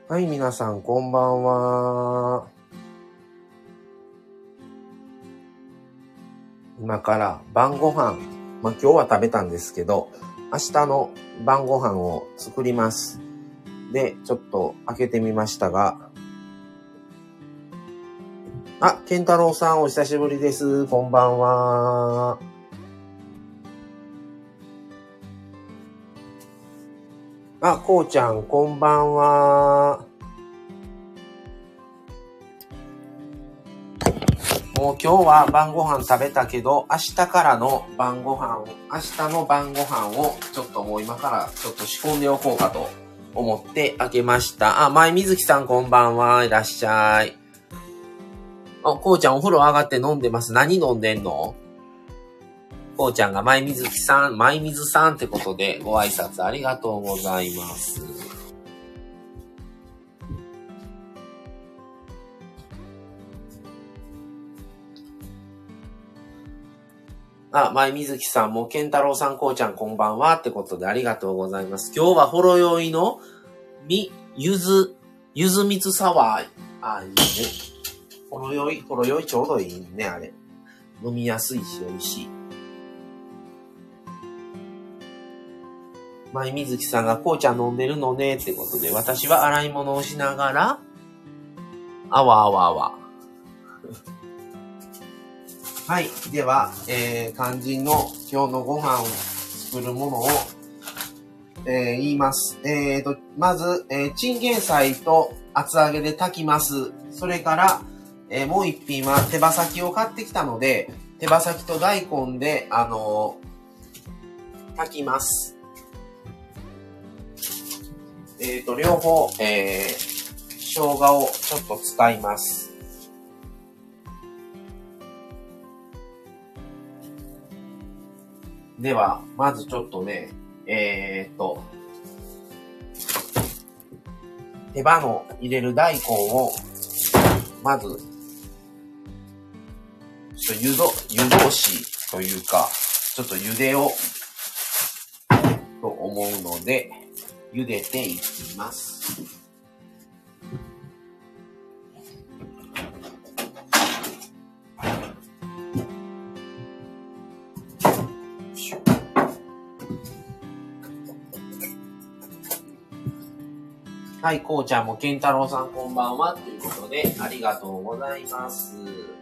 はい、皆さん、こんばんは。今から晩ご飯、今日は食べたんですけど、明日の晩ご飯を作ります。で、ちょっと開けてみましたが、健太郎さん、お久しぶりです。こんばんは。こうちゃん、こんばんは。もう今日は晩ご飯食べたけど、明日からの晩ご飯を、明日の晩ご飯をちょっともう今からちょっと仕込んでおこうかと思って開けました。前水木さんこんばんは。いらっしゃい。こうちゃんお風呂上がって飲んでます。何飲んでんの？こうちゃんが前水木さん、前水さんってことでご挨拶ありがとうございます。前水木さんも、健太郎さん、こうちゃんこんばんはってことでありがとうございます。今日はほろ酔いのゆず蜜サワー。いいね。ほろ酔いちょうどいいね、あれ。飲みやすいし、美味しい。前水木さんがこうちゃん飲んでるのねってことで、私は洗い物をしながら、あわあわあわ。はい。では、肝心の今日のご飯を作るものを、言います。まず、チンゲン菜と厚揚げで炊きます。それから、もう一品は手羽先を買ってきたので、手羽先と大根で、炊きます。両方、生姜をちょっと使います。では、まずちょっとね、手羽の入れる大根を、まず、ちょっと湯通しというか、ちょっと茹でを、と思うので、茹でていきます。はい、こうちゃんも健太郎さんこんばんはということで、ありがとうございます。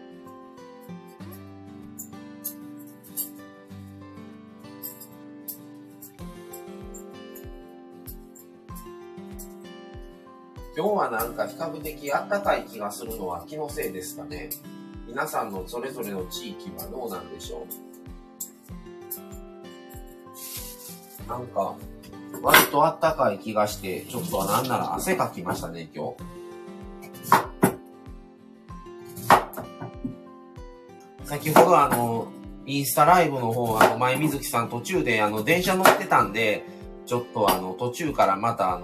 今日はなんか比較的暖かい気がするのは気のせいですかね。皆さんのそれぞれの地域はどうなんでしょう。なんか、割と暖かい気がして、ちょっとなんなら汗かきましたね、今日。先ほどインスタライブの方、前水木さん途中で電車乗ってたんで、ちょっと途中からまた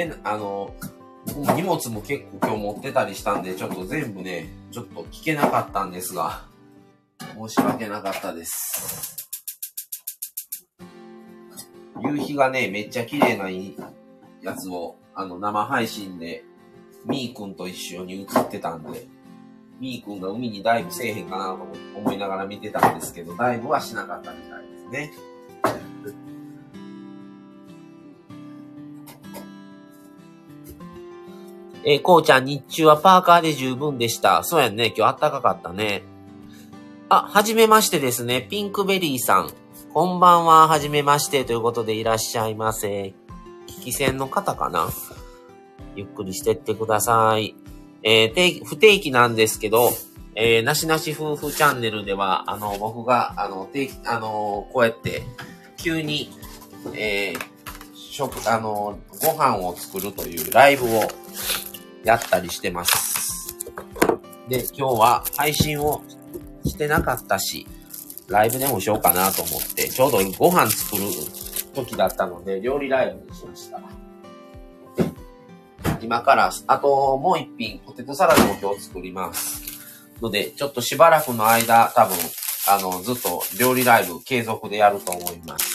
荷物も結構今日持ってたりしたんで、ちょっと全部ね、ちょっと聞けなかったんですが、申し訳なかったです。夕日がね、めっちゃ綺麗なやつを、生配信で、みーくんと一緒に映ってたんで、みーくんが海にダイブせえへんかなと思いながら見てたんですけど、ダイブはしなかったみたいですね。こうちゃん、日中はパーカーで十分でした。そうやんね、今日暖かかったね。はじめましてですね。ピンクベリーさん。こんばんは、はじめましてということでいらっしゃいませ。聞き戦の方かな？ゆっくりしてってください。不定期なんですけど、なしなし夫婦チャンネルでは、僕が、こうやって、急に、ご飯を作るというライブをやったりしてます。で、今日は配信をしてなかったし、ライブでもしようかなと思って、ちょうどご飯作る時だったので、料理ライブにしました。今から、あともう一品、ポテトサラダも今日作ります。ので、ちょっとしばらくの間、多分、ずっと料理ライブ継続でやると思います。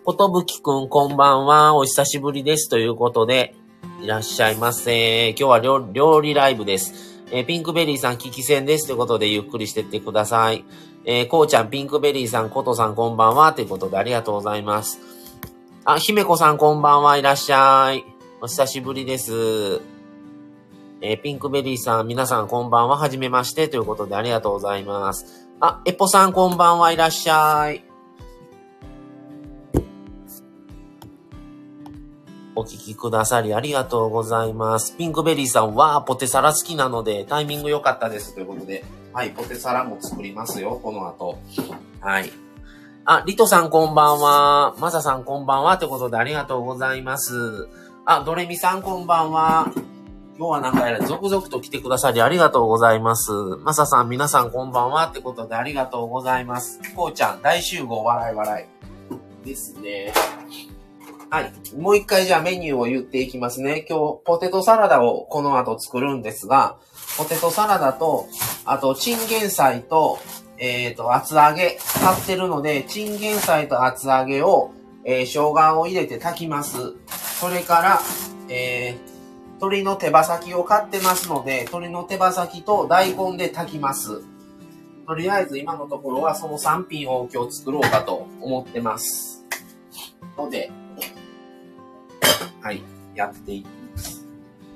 ことぶきくんこんばんは。お久しぶりです。ということで、いらっしゃいませ。今日は料理ライブです。ピンクベリーさん聞き戦です。ということで、ゆっくりしてってください。こうちゃん、ピンクベリーさん、ことさんこんばんは。ということで、ありがとうございます。あ、ひめこさんこんばんは。いらっしゃい。お久しぶりです。ピンクベリーさん、皆さんこんばんは。はじめまして。ということで、ありがとうございます。あ、エポさんこんばんは。いらっしゃい。お聞きくださりありがとうございます。ピンクベリーさんはポテサラ好きなのでタイミング良かったですということで、はい、ポテサラも作りますよ、この後。はい。あ、リトさんこんばんは。マサさんこんばんはということでありがとうございます。あ、ドレミさんこんばんは。今日はなんかやら続々と来てくださりありがとうございます。マサさん皆さんこんばんはってことでありがとうございます。こうちゃん大集合笑い笑いですね。はい。もう一回じゃあメニューを言っていきますね。今日ポテトサラダをこの後作るんですが、ポテトサラダと、あとチンゲン菜と、厚揚げ買ってるので、チンゲン菜と厚揚げを、生姜を入れて炊きます。それから、鶏の手羽先を買ってますので、鶏の手羽先と大根で炊きます。とりあえず今のところはその3品を今日作ろうかと思ってます。ので、はい、やっていきます。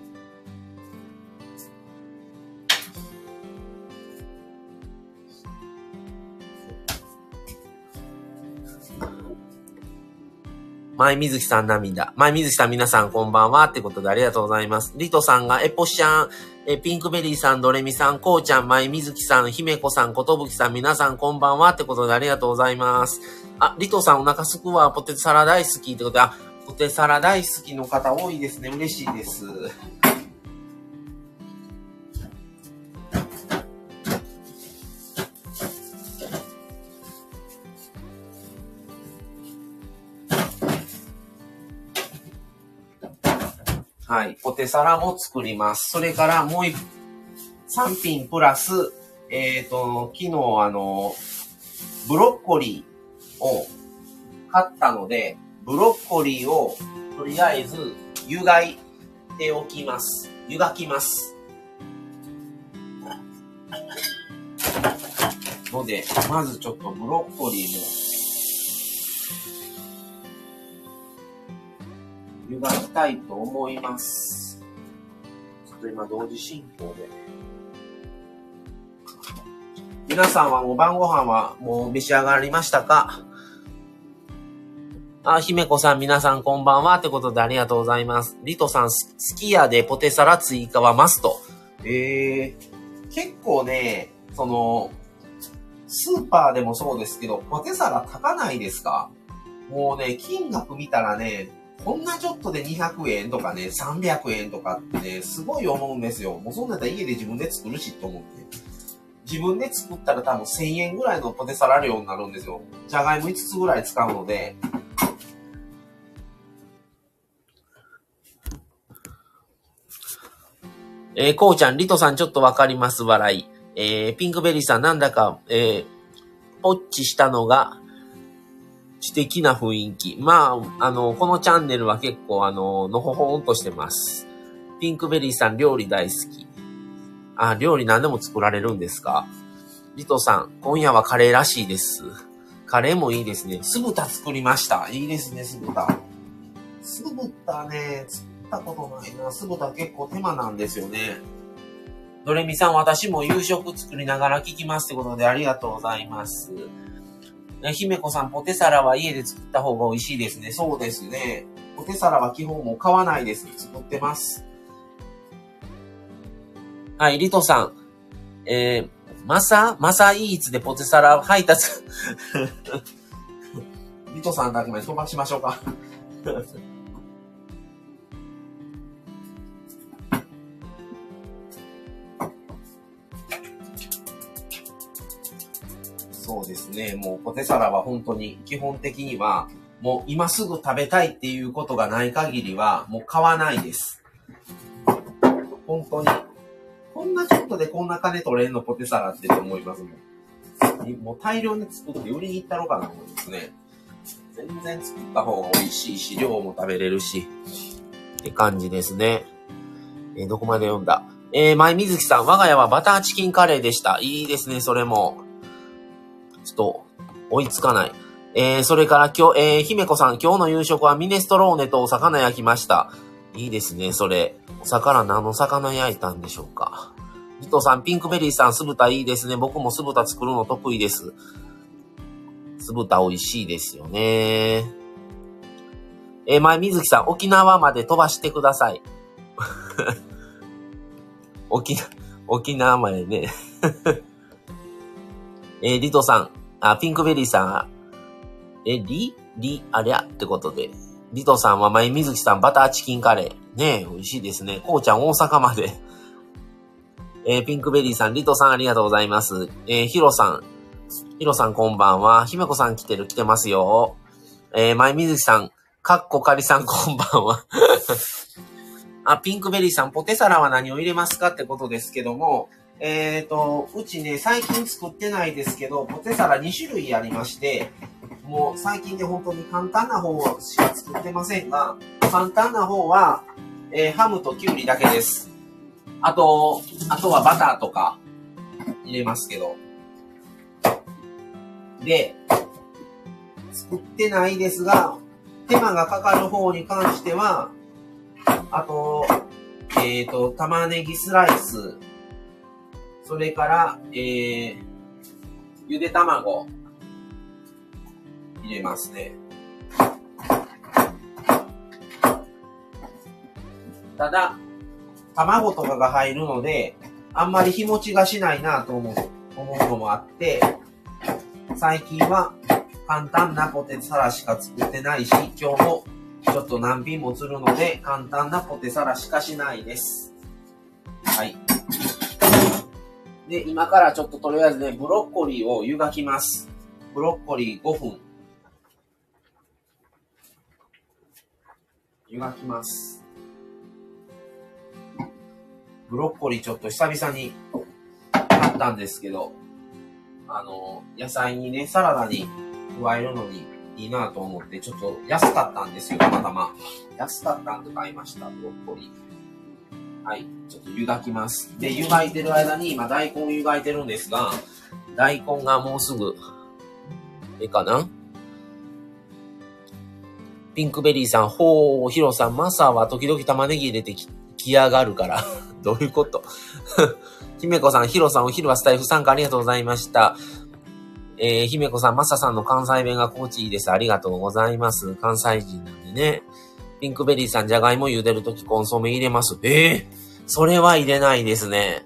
前水木さん涙。前水木さん皆さんこんばんはってことでありがとうございます。リトさんがエポシャン、ピンクベリーさん、ドレミさん、こうちゃん、前水木さん、ひめこさん、ことぶきさん皆さんこんばんはってことでありがとうございます。あ、リトさんお腹すくわ、ポテトサラ大好きってことで、あ、ポテサラ大好きの方多いですね。嬉しいです。はい。ポテサラも作ります。それからもう3品プラス、昨日ブロッコリーを買ったので、ブロッコリーをとりあえず湯がいておきます。湯がきます。ので、まずちょっとブロッコリーも湯がきたいと思います。ちょっと今同時進行で。皆さんはもう晩ご飯はもう召し上がりましたか？あ、ひめこさん皆さんこんばんはってことでありがとうございます。リトさんすき家でポテサラ追加はマスト。結構ね、スーパーでもそうですけど、ポテサラ高ないですか？もうね、金額見たらね、こんなちょっとで200円とかね、300円とかってね、すごい思うんですよ。もうそんなやったら家で自分で作るしと思って。自分で作ったら多分1000円ぐらいのポテサラ量になるんですよ。じゃがいも5つぐらい使うので。こうちゃん、リトさんちょっとわかります、笑い。ピンクベリーさんなんだか、ポッチしたのが、知的な雰囲気。まあ、このチャンネルは結構のほほんとしてます。ピンクベリーさん料理大好き。あ、料理何でも作られるんですか？リトさん、今夜はカレーらしいです。カレーもいいですね。酢豚作りました。いいですね、酢豚。酢豚ね、作ったことないな。酢豚結構手間なんですよね。ドレミさん、私も夕食作りながら聞きますってことでありがとうございます。ひめこさん、ポテサラは家で作った方が美味しいですね。そうですね。ポテサラは基本もう買わないです。作ってます。はい、リトさん。マサイーツでポテサラ配達。リトさんだけまで飛ばしましょうか。そうですね。もうポテサラは本当に基本的にはもう今すぐ食べたいっていうことがない限りはもう買わないです。本当に。こんなちょっとでこんな金取れんのポテサラってと思いますもん。もう大量に作って売りに行ったのかなと思いますね。 全然作った方が美味しいし、量も食べれるし、って感じですね。どこまで読んだ？前水木さん、我が家はバターチキンカレーでした。いいですね、それも。ちょっと、追いつかない。それから今日、姫子さん、今日の夕食はミネストローネとお魚焼きました。いいですね、それ。お魚、何の魚焼いたんでしょうか。リトさん、ピンクベリーさん、酢豚いいですね。僕も酢豚作るの得意です。酢豚美味しいですよね。前水木さん、沖縄まで飛ばしてください。沖縄までね。リトさん、ピンクベリーさん、ありゃってことで。リトさんは前水木さん、バターチキンカレー。ねえ、美味しいですね。こうちゃん、大阪まで。ピンクベリーさん、リトさんありがとうございます。ヒロさんこんばんは。姫子さん来てますよ。前水木さん、かっこかりさんこんばんは。ピンクベリーさん、ポテサラは何を入れますかってことですけども、うちね、最近作ってないですけど、ポテサラ2種類ありまして、もう最近で本当に簡単な方しか作ってませんが、簡単な方は、ハムとキュウリだけです。あとはバターとか入れますけど。で、作ってないですが、手間がかかる方に関しては、あと、玉ねぎスライス、それから、ゆで卵、入れますね。ただ、卵とかが入るので、あんまり日持ちがしないなと思うのもあって、最近は簡単なポテサラしか作ってないし、今日もちょっと何品も釣るので、簡単なポテサラしかしないです。はい。で、今からちょっととりあえずね、ブロッコリーを湯がきます。ブロッコリー5分。湯がきます。ブロッコリーちょっと久々に買ったんですけど、野菜にね、サラダに加えるのにいいなと思って、ちょっと安かったんですよ、たまたま。安かったんで買いました、ブロッコリー。はい、ちょっと湯がきます。で、湯がいてる間に、今大根湯がいてるんですが、大根がもうすぐ、かな？ピンクベリーさん、ほー、ヒロさん、マサは時々玉ねぎ入れてきやがるから。どういうこと姫子さん、ヒロさん、お昼はスタイフ参加ありがとうございました。姫子さん、マサさんの関西弁が心地いいです。ありがとうございます。関西人なんでね。ピンクベリーさん、じゃがいも茹でるときコンソメ入れます。それは入れないですね。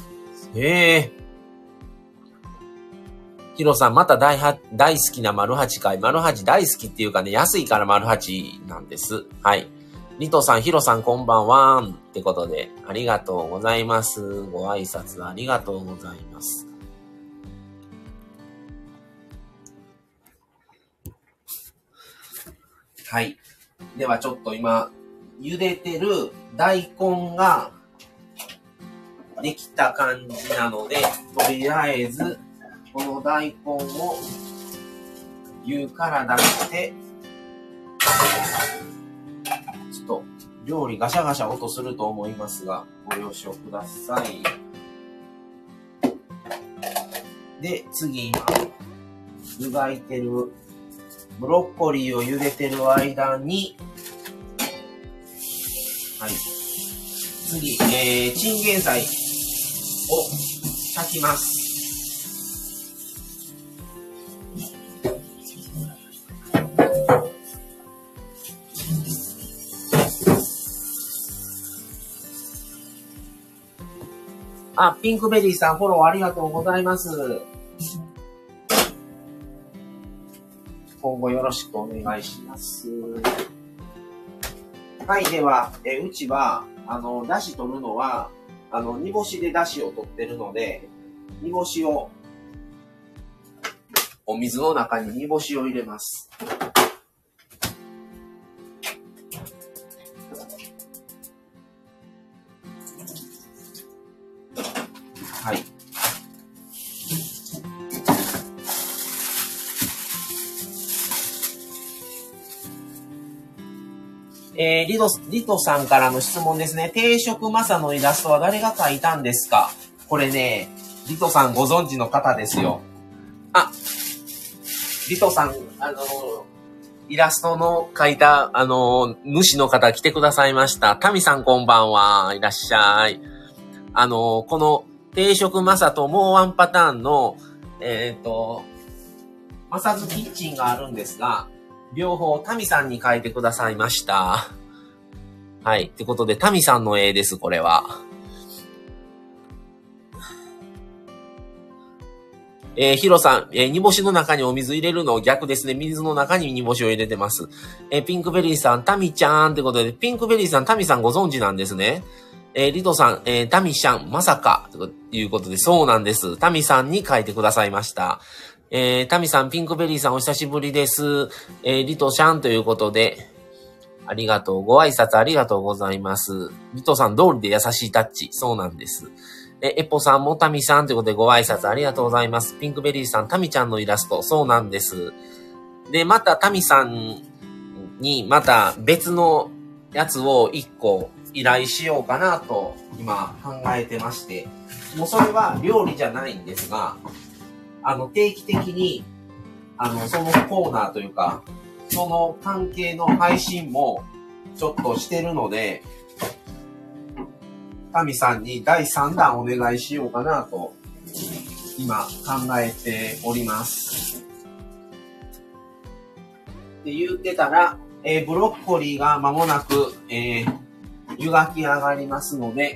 ヒロさん、また大好きな丸八回。丸八大好きっていうかね、安いから丸八なんです。はい。リトさん、ヒロさん、こんばんはってことで、ありがとうございます。ご挨拶ありがとうございます。はい。ではちょっと今、茹でてる大根ができた感じなので、とりあえず、この大根を湯から出して、ちょっと料理ガシャガシャ音すると思いますが、ご了承ください。で、次今、湯がいてるブロッコリーを茹でてる間に、はい。次、チンゲン菜を炊きます。ピンクベリーさん、フォローありがとうございます。今後よろしくお願いします。はい、では、うちは、出汁取るのは、煮干しで出汁を取ってるので、煮干しを、お水の中に煮干しを入れます。はい。 リトさんからの質問ですね。定食マサのイラストは誰が描いたんですか？これね、リトさんご存知の方ですよ。あ、リトさん、イラストの描いた、主の方来てくださいました。タミさんこんばんは。いらっしゃい。この定食マサともうワンパターンの、マサズキッチンがあるんですが、両方タミさんに描いてくださいました。はい。ってことで、タミさんの絵です、これは。ヒロさん、煮干しの中にお水入れるの逆ですね。水の中に煮干しを入れてます。ピンクベリーさん、タミちゃんってことで、ピンクベリーさん、タミさんご存知なんですね。リトさん、タミちゃん、まさか、ということで、そうなんです。タミさんに書いてくださいました。タミさん、ピンクベリーさん、お久しぶりです。リトちゃんということで、ありがとう。ご挨拶ありがとうございます。リトさん、通りで優しいタッチ。そうなんです。エポさんもタミさんということでご挨拶ありがとうございます。ピンクベリーさん、タミちゃんのイラスト。そうなんです。で、またタミさんに、また別のやつを一個依頼しようかなと、今考えてまして。もうそれは料理じゃないんですが、定期的に、そのコーナーというか、その関係の配信もちょっとしてるので、タミさんに第3弾お願いしようかなと、今考えております。って言ってたら、ブロッコリーが間もなく、湯がき上がりますので、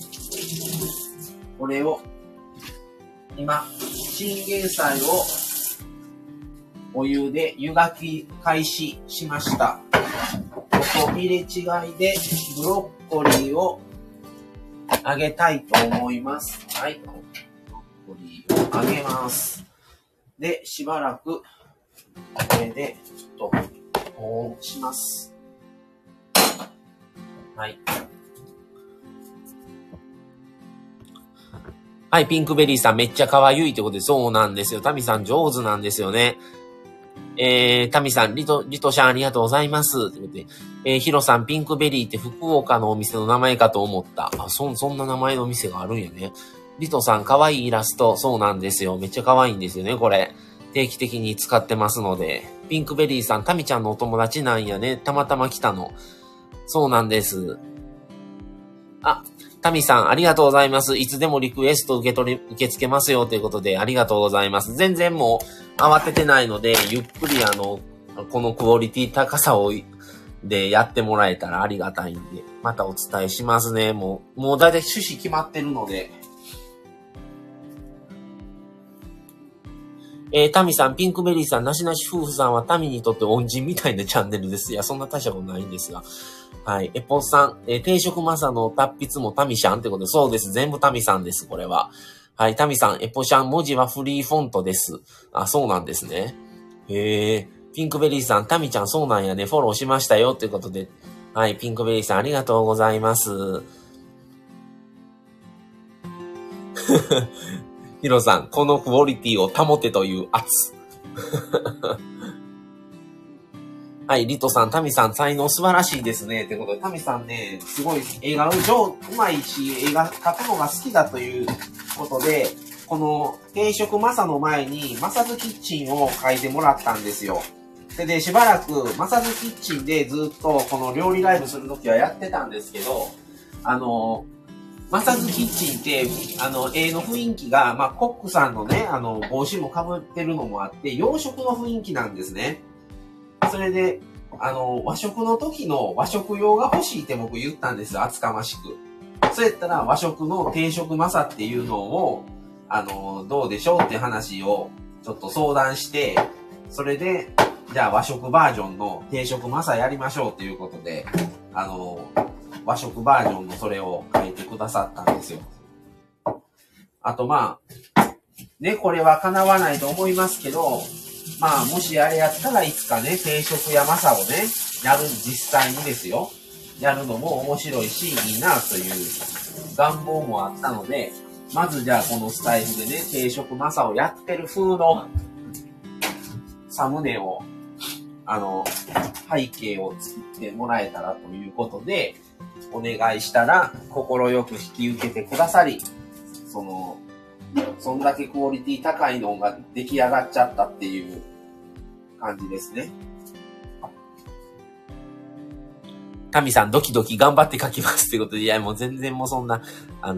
これを、今、チンゲン菜をお湯で湯がき開始しました。入れ違いでブロッコリーを揚げたいと思います。はい。ブロッコリーを揚げます。で、しばらく、これで、ちょっと、保温します。はい。はい、ピンクベリーさんめっちゃ可愛いってことで、そうなんですよ。タミさん上手なんですよね。タミさん、リトシャンありがとうございます。ということで、ヒロさん、ピンクベリーって福岡のお店の名前かと思った。あ、そんな名前のお店があるんやね。リトさん、可愛いイラスト。そうなんですよ。めっちゃ可愛いんですよね、これ。定期的に使ってますので。ピンクベリーさん、タミちゃんのお友達なんやね。たまたま来たの。そうなんです。あ、タミさん、ありがとうございます。いつでもリクエスト受け付けますよということで、ありがとうございます。全然もう慌ててないので、ゆっくりこのクオリティ高さでやってもらえたらありがたいんで、またお伝えしますね。もうだいたい趣旨決まってるので。タミさん、ピンクベリーさん、なしなし夫婦さんはタミにとって恩人みたいなチャンネルです。いや、そんな大したことないんですが。はい。エポさん、定食マサの達筆もタミシャンってことで、そうです。全部タミさんです、これは。はい。タミさん、エポシャン、文字はフリーフォントです。あ、そうなんですね。へえ。ピンクベリーさん、タミちゃん、そうなんやね。フォローしましたよ、ということで。はい。ピンクベリーさん、ありがとうございます。ヒロさん、このクオリティを保てという圧。はい、リトさん、タミさん、才能素晴らしいですね。ということで、タミさんね、すごい映画うまいし、映画描くのが好きだということで、この定食マサの前に、マサズキッチンを描いてもらったんですよ。で、しばらく、マサズキッチンでずっとこの料理ライブするときはやってたんですけど、マサズキッチンって、絵の雰囲気が、まあ、コックさんのね、帽子も被ってるのもあって、洋食の雰囲気なんですね。それで、和食の時の和食用が欲しいって僕言ったんですよ、厚かましく。そうやったら和食の定食マサっていうのを、どうでしょうって話をちょっと相談して、それで、じゃあ和食バージョンの定食マサやりましょうということで、和食バージョンのそれを書いてくださったんですよ。あとまあ、ね、これは叶わないと思いますけど、まあ、もしあれやったらいつかね、定食やマサをね、実際にですよ、やるのも面白いし、いいなという願望もあったので、まずじゃあこのスタイルでね、定食マサをやってる風のサムネを背景を作ってもらえたらということで、お願いしたら、心よく引き受けてくださり、そんだけクオリティ高いのが出来上がっちゃったっていう感じですね。タミさん、ドキドキ頑張って書きますってことで、いや、もう全然もうそんな、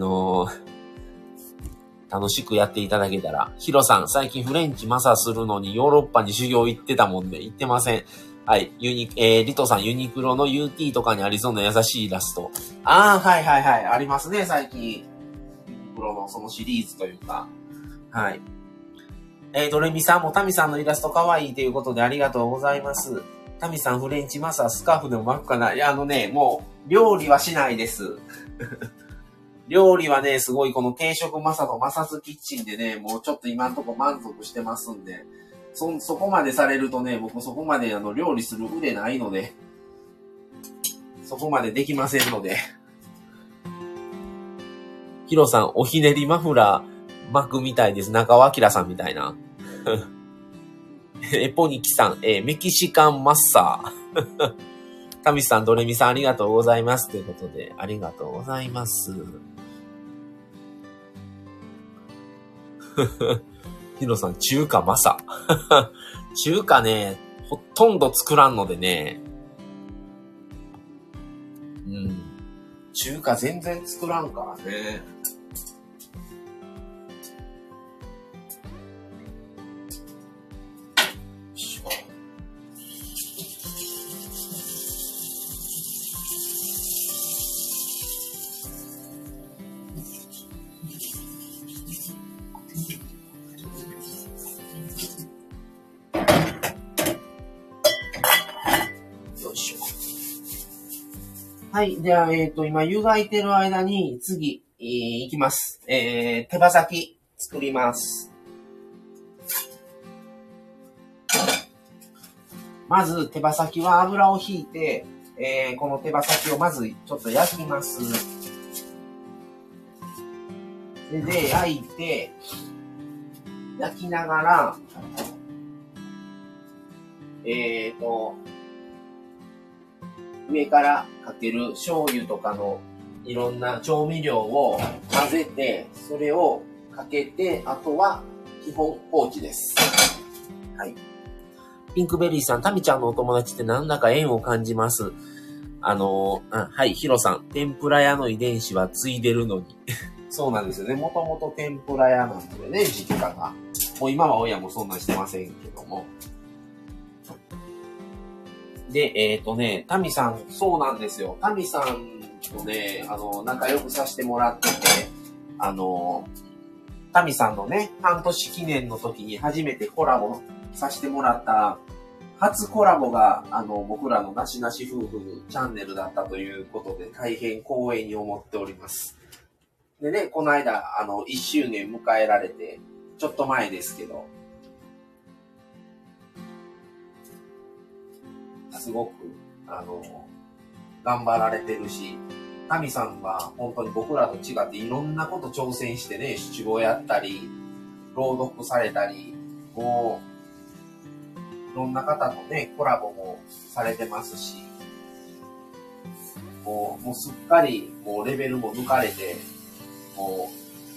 楽しくやっていただけたら。ヒロさん、最近フレンチマサするのにヨーロッパに修行行ってたもんね。行ってません。はい。リトさん、ユニクロの UT とかにありそうな優しいイラスト。はいはいはい。ありますね、最近。ユニクロのそのシリーズというか。はい。ドレミさんもタミさんのイラスト可愛いということでありがとうございます。タミさん、フレンチマサスカーフでも巻くかな。いや、もう、料理はしないです。料理はね、すごいこの定食マサとマサズキッチンでね、もうちょっと今んとこ満足してますんで、そこまでされるとね、僕そこまで料理する腕ないので、そこまでできませんので。ヒロさん、おひねりマフラー巻くみたいです。中尾明さんみたいな。ポニキさん、メキシカンマッサー。タミさん、ドレミさんありがとうございます。ということで、ありがとうございます。ヒロさん、中華マサ。中華ね、ほとんど作らんのでね。中華全然作らんからね。はい。じゃあ、今、湯がいてる間に、次、いきます。手羽先、作ります。まず、手羽先は油を引いて、この手羽先をまず、ちょっと焼きます。で、焼いて、焼きながら、上からかける醤油とかのいろんな調味料を混ぜて、それをかけて、あとは基本放置です。はい。ピンクベリーさん、タミちゃんのお友達ってなんだか縁を感じます。はい、ヒロさん、天ぷら屋の遺伝子は継いでるのに。そうなんですよね。もともと天ぷら屋なんでね、実家が。もう今は親もそんなんしてませんけども。で、タミさん、そうなんですよ。タミさんとね、仲良くさせてもらってて、タミさんのね、半年記念の時に初めてコラボさせてもらった、初コラボが、僕らのなしなし夫婦チャンネルだったということで、大変光栄に思っております。でね、この間、1周年迎えられて、ちょっと前ですけど、すごく、頑張られてるし、タミさんは本当に僕らと違っていろんなこと挑戦してね、七五やったり、朗読されたり、もう、いろんな方とね、コラボもされてますし、もうすっかり、もうレベルも抜かれて、も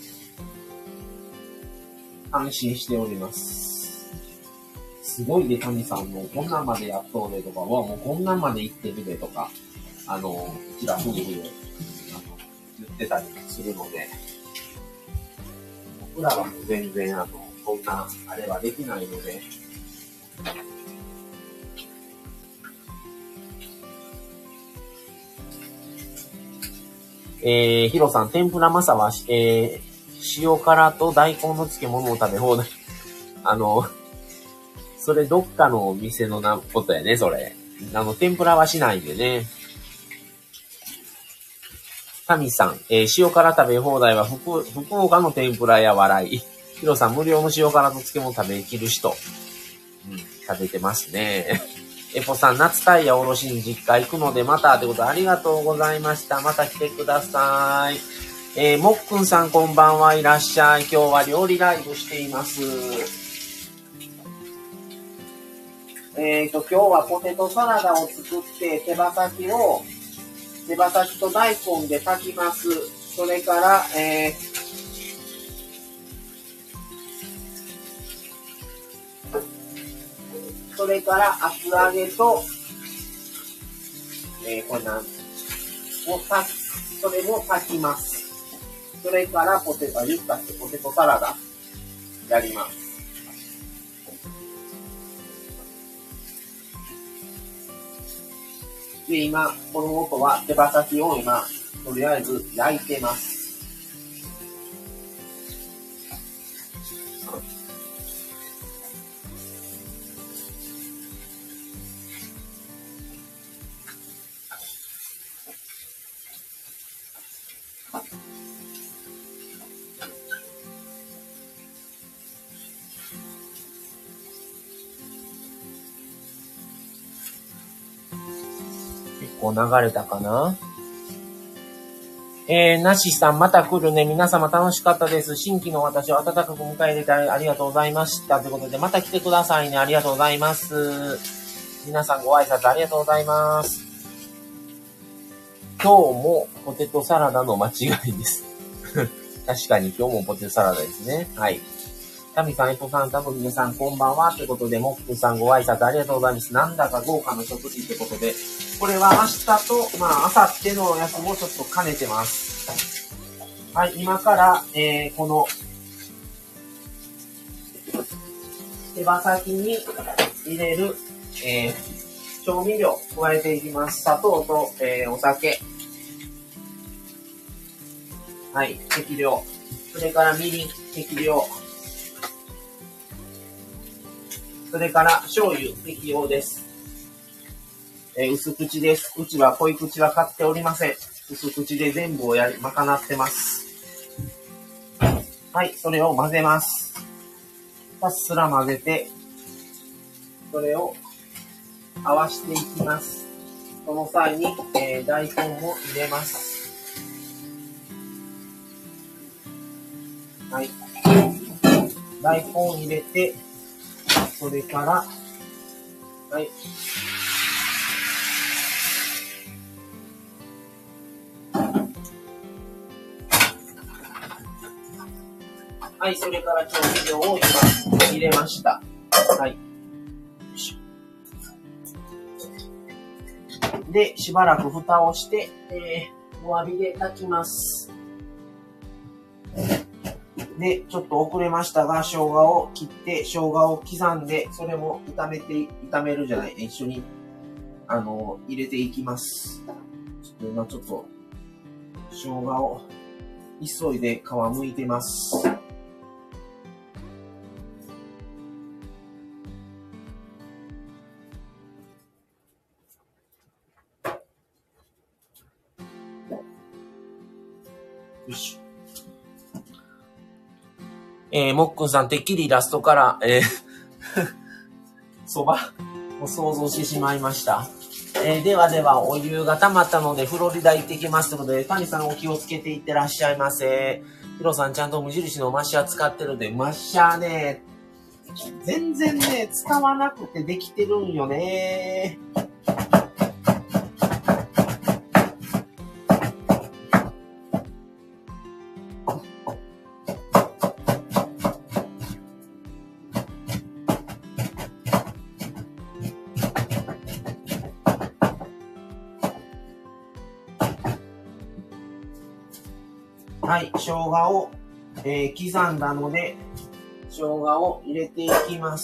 う、安心しております。すごいで、タミさんもこんなんまでやっとうねとか、もうこんなんまで行ってるでとか、うちら夫婦で、言ってたりするので、僕らはもう全然、こんな、あれはできないので、ヒロさん、天ぷらマサは、塩辛と大根の漬物を食べ放題。それどっかのお店のことやね、それ。天ぷらはしないんでね。タミさん、塩辛食べ放題は福岡の天ぷらや笑い。ヒロさん、無料の塩辛と漬物食べきる人。食べてますね。エポさん、夏タイヤおろしに実家行くのでまたってことありがとうございました。また来てください。もっくんさんこんばんはいらっしゃい。今日は料理ライブしています。 今日はポテトサラダを作って、手羽先と大根で炊きます。それから、厚揚げと、これそれも炊きます。それからポテトサラダやります。で、今、この音は手羽先を今、とりあえず焼いてます。結構流れたかな。なしさん、また来るね。皆様楽しかったです。新規の私を温かく迎え入れてありがとうございました。ということで、また来てくださいね。ありがとうございます。皆さんご挨拶ありがとうございます。今日もポテトサラダの間違いです。確かに今日もポテトサラダですね。はい。タミさん、エポさん、タブ皆さん、こんばんは。ということで、モックさんご挨拶ありがとうございます。なんだか豪華な食事ってことで、これは明日と、明後日のやつもちょっと兼ねてます。はい、今から、この、手羽先に入れる、調味料加えていきます。砂糖と、お酒。はい、適量。それからみりん、適量。それから醤油、適量です。薄口です。うちは濃い口は買っておりません。薄口で全部を賄ってます。はい、それを混ぜます。ひたすら混ぜて、それを合わしていきます。その際に、大根を入れます。はい。大根を入れて、それから、はい。はい、それから調味料を今入れました。はい。で、しばらく蓋をして、弱火で炊きます。で、ちょっと遅れましたが、生姜を切って、生姜を刻んで、それも一緒に、入れていきます。今ちょっと、生姜を急いで皮剥いてます。よし。もっくんさん、てっきりイラストから、そばを想像してしまいました。では、お湯が溜まったので、フロリダ行ってきますということで、谷さんお気をつけていってらっしゃいませ。ヒロさん、ちゃんと無印のマッシャー使ってるんで、マッシャーね、全然ね、使わなくてできてるんよね。はい、生姜を、刻んだので、生姜を入れていきます。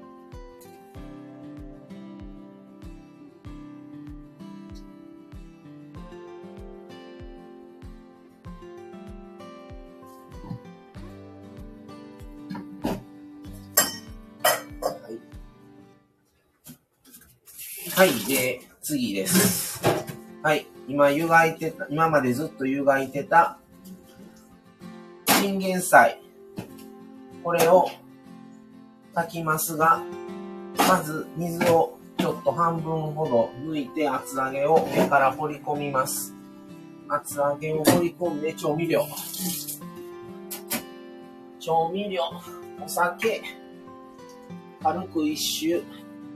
はい、で、次です。はい、今までずっと湯がいてた、チンゲン菜。これを炊きますが、まず水をちょっと半分ほど抜いて厚揚げを上から放り込みます。厚揚げを放り込んで調味料、お酒、軽く一周、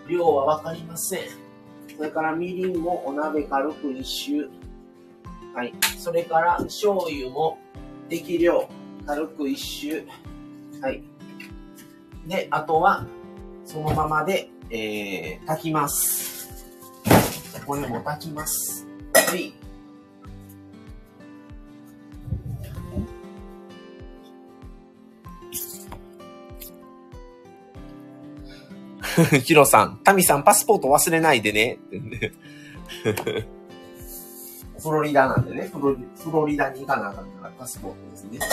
量はわかりません。それからみりんもお鍋軽く一周。はい。それから醤油も適量軽く一周。はい。で、あとはそのままで、炊きます。これも炊きます。はい。ヒロさん、タミさんパスポート忘れないでね。フロリダなんでね、フロリダに行かなあかんからパスポートですね。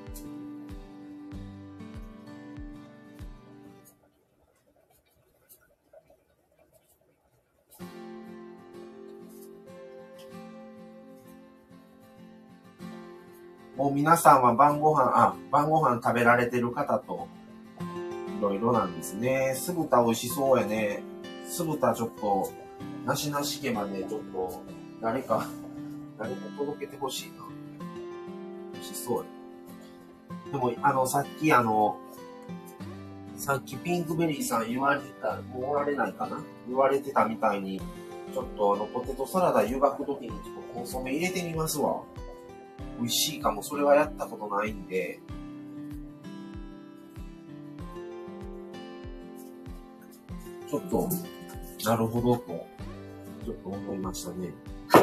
もう皆さんは晩ご飯食べられてる方と、いろいろなんですね。酢豚美味しそうやね。酢豚ちょっと、なしなし家までちょっと、誰か届けてほしいな。美味しそうや。でも、さっきピンクベリーさん言われてた、もうおられないかな言われてたみたいに、ちょっとポテトサラダ湯がくときにちょっとコンソメ入れてみますわ。美味しいかも。それはやったことないんで。ちょっと、なるほどと、ちょっと思いましたね。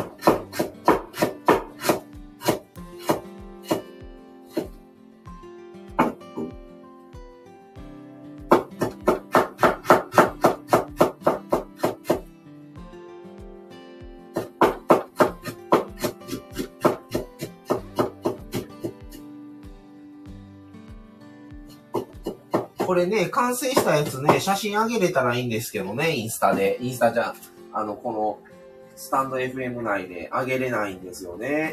これね、完成したやつね、写真あげれたらいいんですけどね、インスタじゃ、この、スタンド FM 内であげれないんですよね。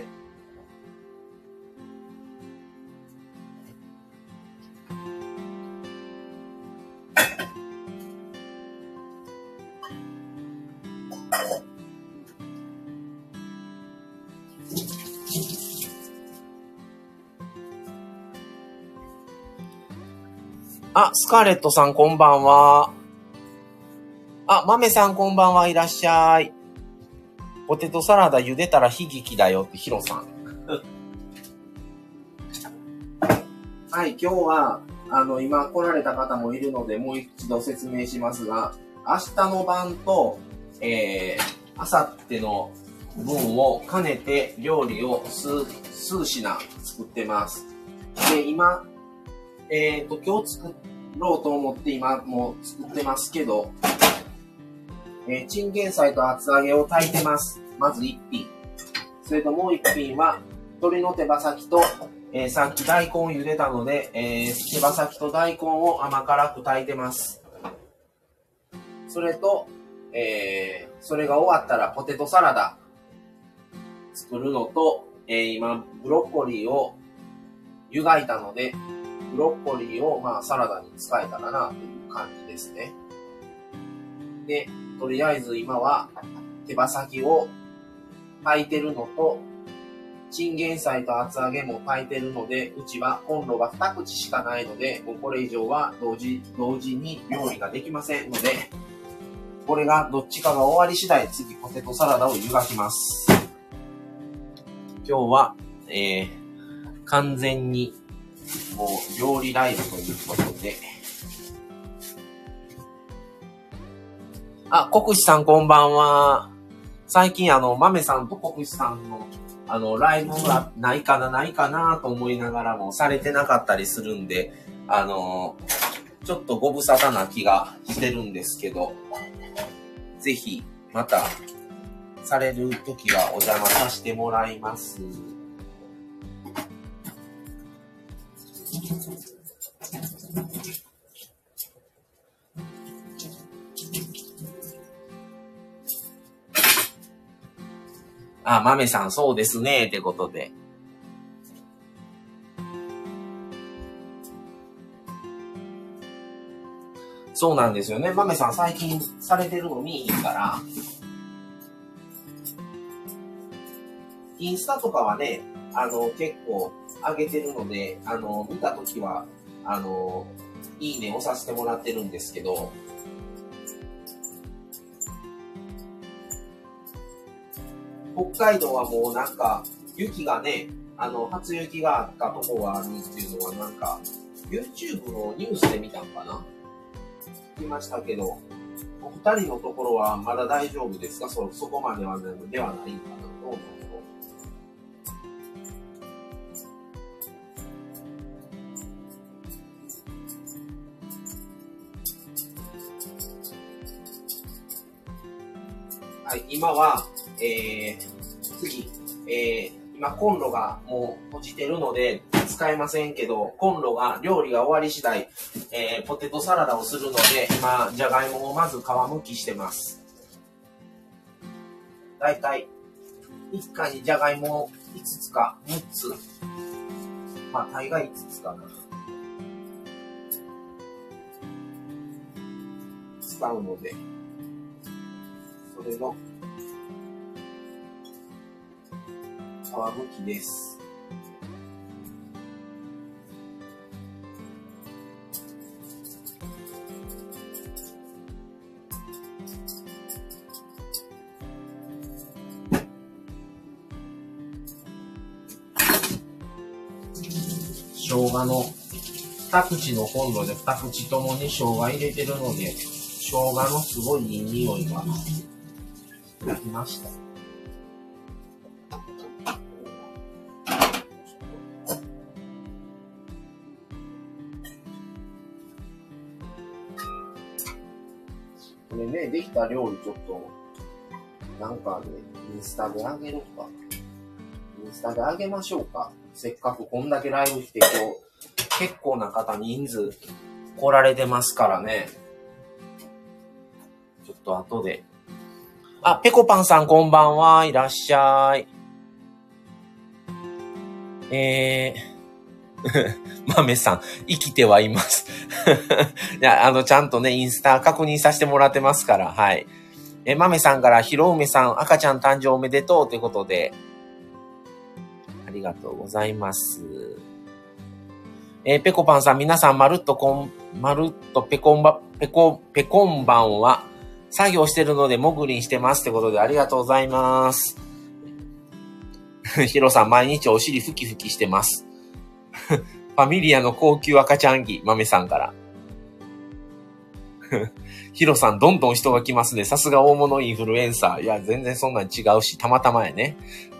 あ、スカーレットさんこんばんは。あ、マメさんこんばんはいらっしゃい。ポテトサラダ茹でたら悲劇だよってヒロさん。はい、今日は、今来られた方もいるので、もう一度説明しますが、明日の晩と、明後日の分を兼ねて料理を数品作ってます。で、今、今日作ろうと思って今もう作ってますけど、チンゲン菜と厚揚げを炊いてます。まず1品。それともう1品は、鶏の手羽先と、さっき大根を茹でたので、手羽先と大根を甘辛く炊いてます。それと、それが終わったらポテトサラダ作るのと、今、ブロッコリーを湯がいたので、ブロッコリーをサラダに使えたらなという感じですね。で、とりあえず今は手羽先を炊いてるのと、チンゲン菜と厚揚げも炊いてるので、うちはコンロが2口しかないので、もうこれ以上は同時に料理ができませんので、これがどっちかが終わり次第、次ポテトサラダを湯がきます。今日は、完全にもう料理ライブということで。あ、国士さんこんばんは。最近豆さんと国士さんのライブがないかなと思いながらもされてなかったりするんで、ちょっとご無沙汰な気がしてるんですけど、ぜひまたされるときはお邪魔させてもらいます。あ、豆さんそうですねってことで。そうなんですよね。豆さん最近されてるの見いいから。インスタとかはね、結構上げてるので、見たときは、いいね押させてもらってるんですけど、 北海道はもうなんか、雪がね、初雪があったとこがあるっていうのはなんか、YouTube のニュースで見たんかな聞きましたけど、お二人のところはまだ大丈夫ですか？そこまではではないんかな。どうなんだろう。はい、今は、次、今コンロがもう閉じてるので使えませんけど、コンロが料理が終わり次第、ポテトサラダをするので、今、じゃがいもをまず皮むきしてます。だいたい、1回にじゃがいもを5つか6つ。まあ、大概5つかな。使うので、それの、皮むきです。生姜の2口のコンロで2口ともに生姜入れてるので、生姜のすごいいい匂いが焼きました。これね、できた料理ちょっと、なんかね、インスタであげるか。インスタであげましょうか。せっかくこんだけライブして今日、結構な方人数来られてますからね。ちょっと後で。あ、ペコパンさんこんばんは。いらっしゃい。マメさん、生きてはいます。いや、ちゃんとね、インスタ確認させてもらってますから、はい。マメさんから、ひろうめさん、赤ちゃん誕生おめでとうということで、ありがとうございます。ペコパンさん、皆さん、まるっとペコンバンは、作業してるので、もぐりんしてますってことで、ありがとうございます。ヒロさん、毎日お尻ふきふきしてます。ファミリアの高級赤ちゃん着、豆さんから。ヒロさん、どんどん人が来ますね。さすが大物インフルエンサー。いや、全然そんなん違うし、たまたまやね。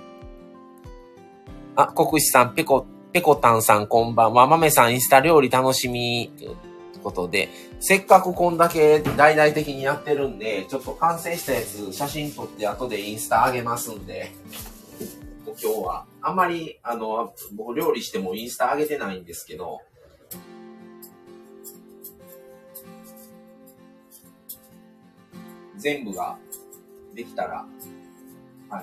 あ、国士さん、ペコタンさん、こんばんは。豆さん、インスタ料理楽しみ。ということで、せっかくこんだけ大々的にやってるんで、ちょっと完成したやつ、写真撮って後でインスタ上げますんで。今日はあんまり僕料理してもインスタ上げてないんですけど、全部ができたら、はい、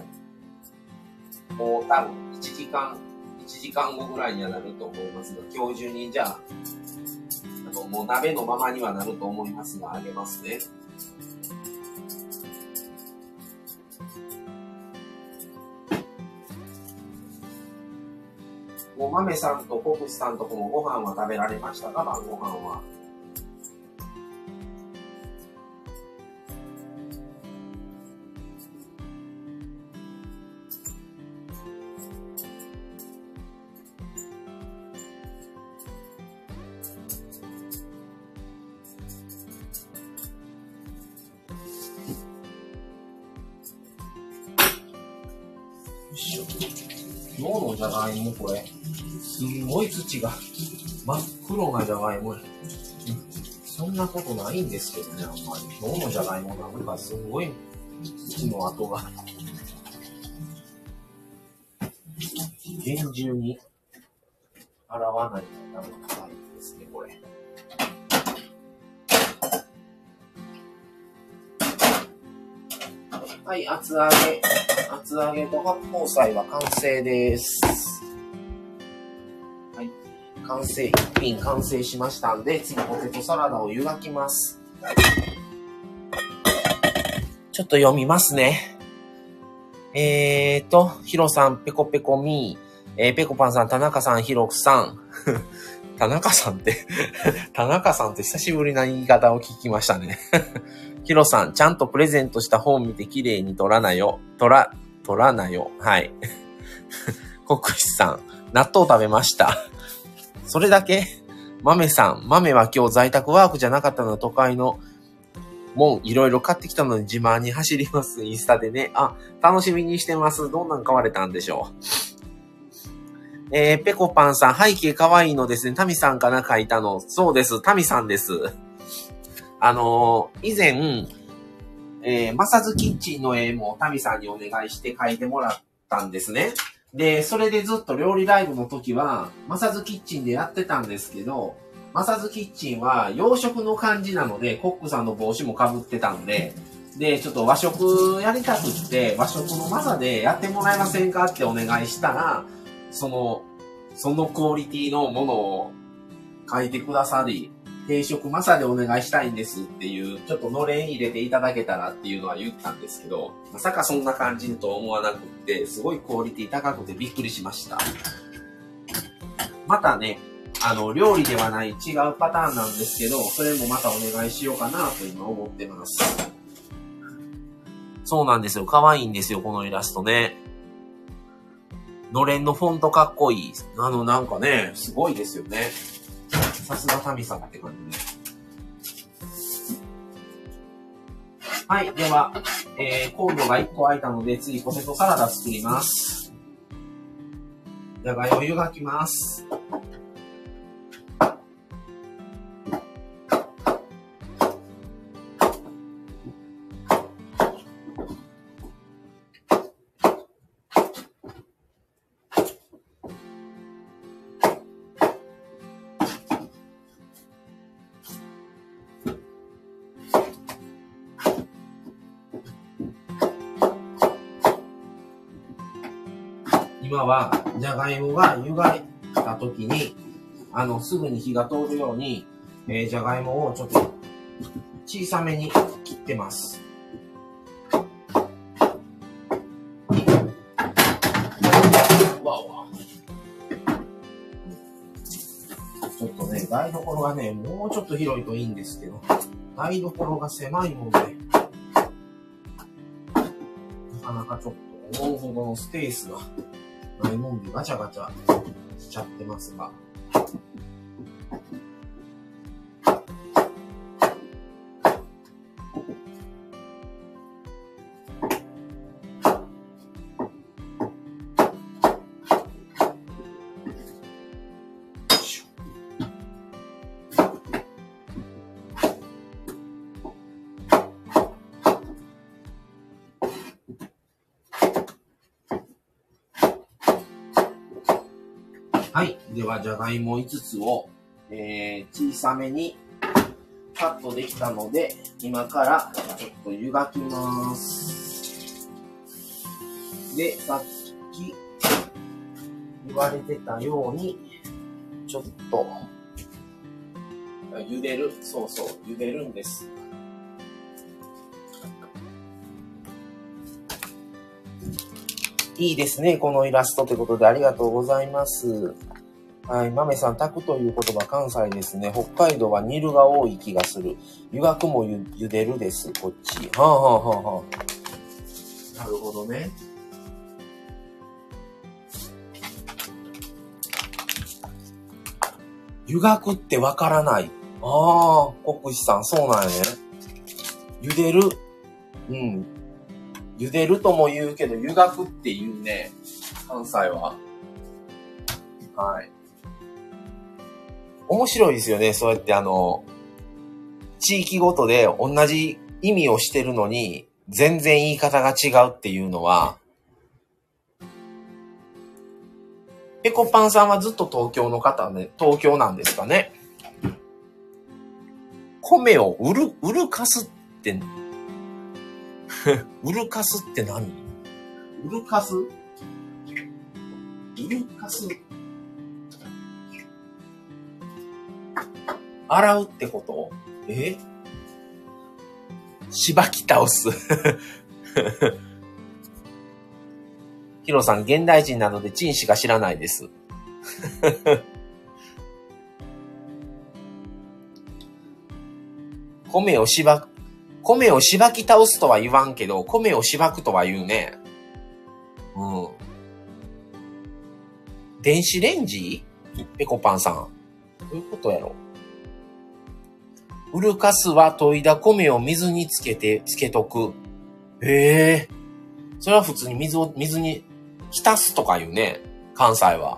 もう多分1時間後ぐらいにはなると思いますが、今日中にじゃあもう鍋のままにはなると思いますが、上げますね。もう豆さんとコクシさんとこもご飯は食べられましたか？晩ご飯は。今日のじゃがいもこれ、すんごい土が真っ黒なじゃがいも。そんなことないんですけどね、あんまり。今日のじゃがいもなんかすごい土の跡が厳重に洗わないとダメですね、これ。はい、厚揚げと八宝菜は完成です。はい、一品完成しましたんで、次ポテトサラダを湯がきます。ちょっと読みますね。ヒロさん、ペコペコミー、ペコパンさん、田中さん、ヒロさん。田中さんって久しぶりな言い方を聞きましたね。ヒロさん、ちゃんとプレゼントした本見て綺麗に撮ら取らなよ。はい。国士さん、納豆食べました。それだけ？豆さん、豆は今日在宅ワークじゃなかったので都会のもんいろいろ買ってきたので自慢に走ります。インスタでね。あ、楽しみにしてます。どんなん買われたんでしょう。ペコパンさん、背景かわいいのですね。タミさんかな書いたの。そうです。タミさんです。以前、マサズキッチンの絵もタミさんにお願いして描いてもらったんですね。で、それでずっと料理ライブの時は、マサズキッチンでやってたんですけど、マサズキッチンは洋食の感じなので、コックさんの帽子も被ってたんで、で、ちょっと和食やりたくって、和食のマサでやってもらえませんかってお願いしたら、そのクオリティのものを書いてくださり、定食マサでお願いしたいんですっていう、ちょっとのれん入れていただけたらっていうのは言ったんですけど、まさかそんな感じと思わなくって、すごいクオリティ高くてびっくりしました。またね、料理ではない違うパターンなんですけど、それもまたお願いしようかなと今思ってます。そうなんですよ。可愛いんですよ、このイラストね。のれんのフォントかっこいい。なんかね、すごいですよね。さすがタミさんって感じで。はい。では、コンロが1個空いたので、次ポテトサラダ作ります。じゃがいも湯がきます。今は、じゃがいもが湯がいた時に、すぐに火が通るように、じゃがいもをちょっと小さめに切ってます。わわ。ちょっとね、台所がね、もうちょっと広いといいんですけど、台所が狭いもんで、なかなかちょっと思うほどのスペースがないもんでガチャガチャしちゃってますが。はい。では、じゃがいも5つを、小さめにカットできたので、今からちょっと湯がきます。で、さっき言われてたように、ちょっと、茹でる。そうそう、茹でるんです。いいですね、このイラストということでありがとうございます。はい、豆さん、炊くという言葉関西ですね。北海道は煮るが多い気がする。湯がくも茹でるです、こっち。はあ、はあはあはあ、なるほどね。湯がくってわからない。ああ、国士さん、そうなんやね。茹でる。うん。茹でるとも言うけど、湯がくって言うね。関西は。はい。面白いですよね。そうやって地域ごとで同じ意味をしてるのに、全然言い方が違うっていうのは、ペコパンさんはずっと東京の方ね、東京なんですかね。米を売るかすって、売るかすって何？売るかす？売るかす？洗うってこと？しばき倒す。ヒロさん、現代人なのでチンしか知らないです。米をしばき倒すとは言わんけど、米をしばくとは言うね。 電子レンジペコパンさん。どういうことやろ。ウルカスは研いだ米を水につけとく。へえ。それは普通に水に浸すとか言うね。関西は。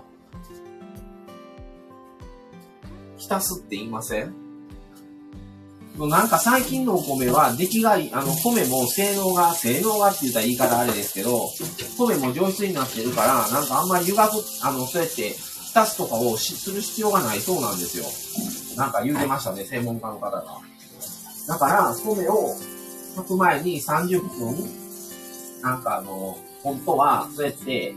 浸すって言いません？なんか最近のお米は出来がいい、米も性能がって言ったら言い方あれですけど、米も上質になってるから、なんかあんまりそうやって浸すとかをする必要がないそうなんですよ。なんか言うてましたね、専門家の方が。だから、米を炊く前に30分、なんか本当は、そうやって、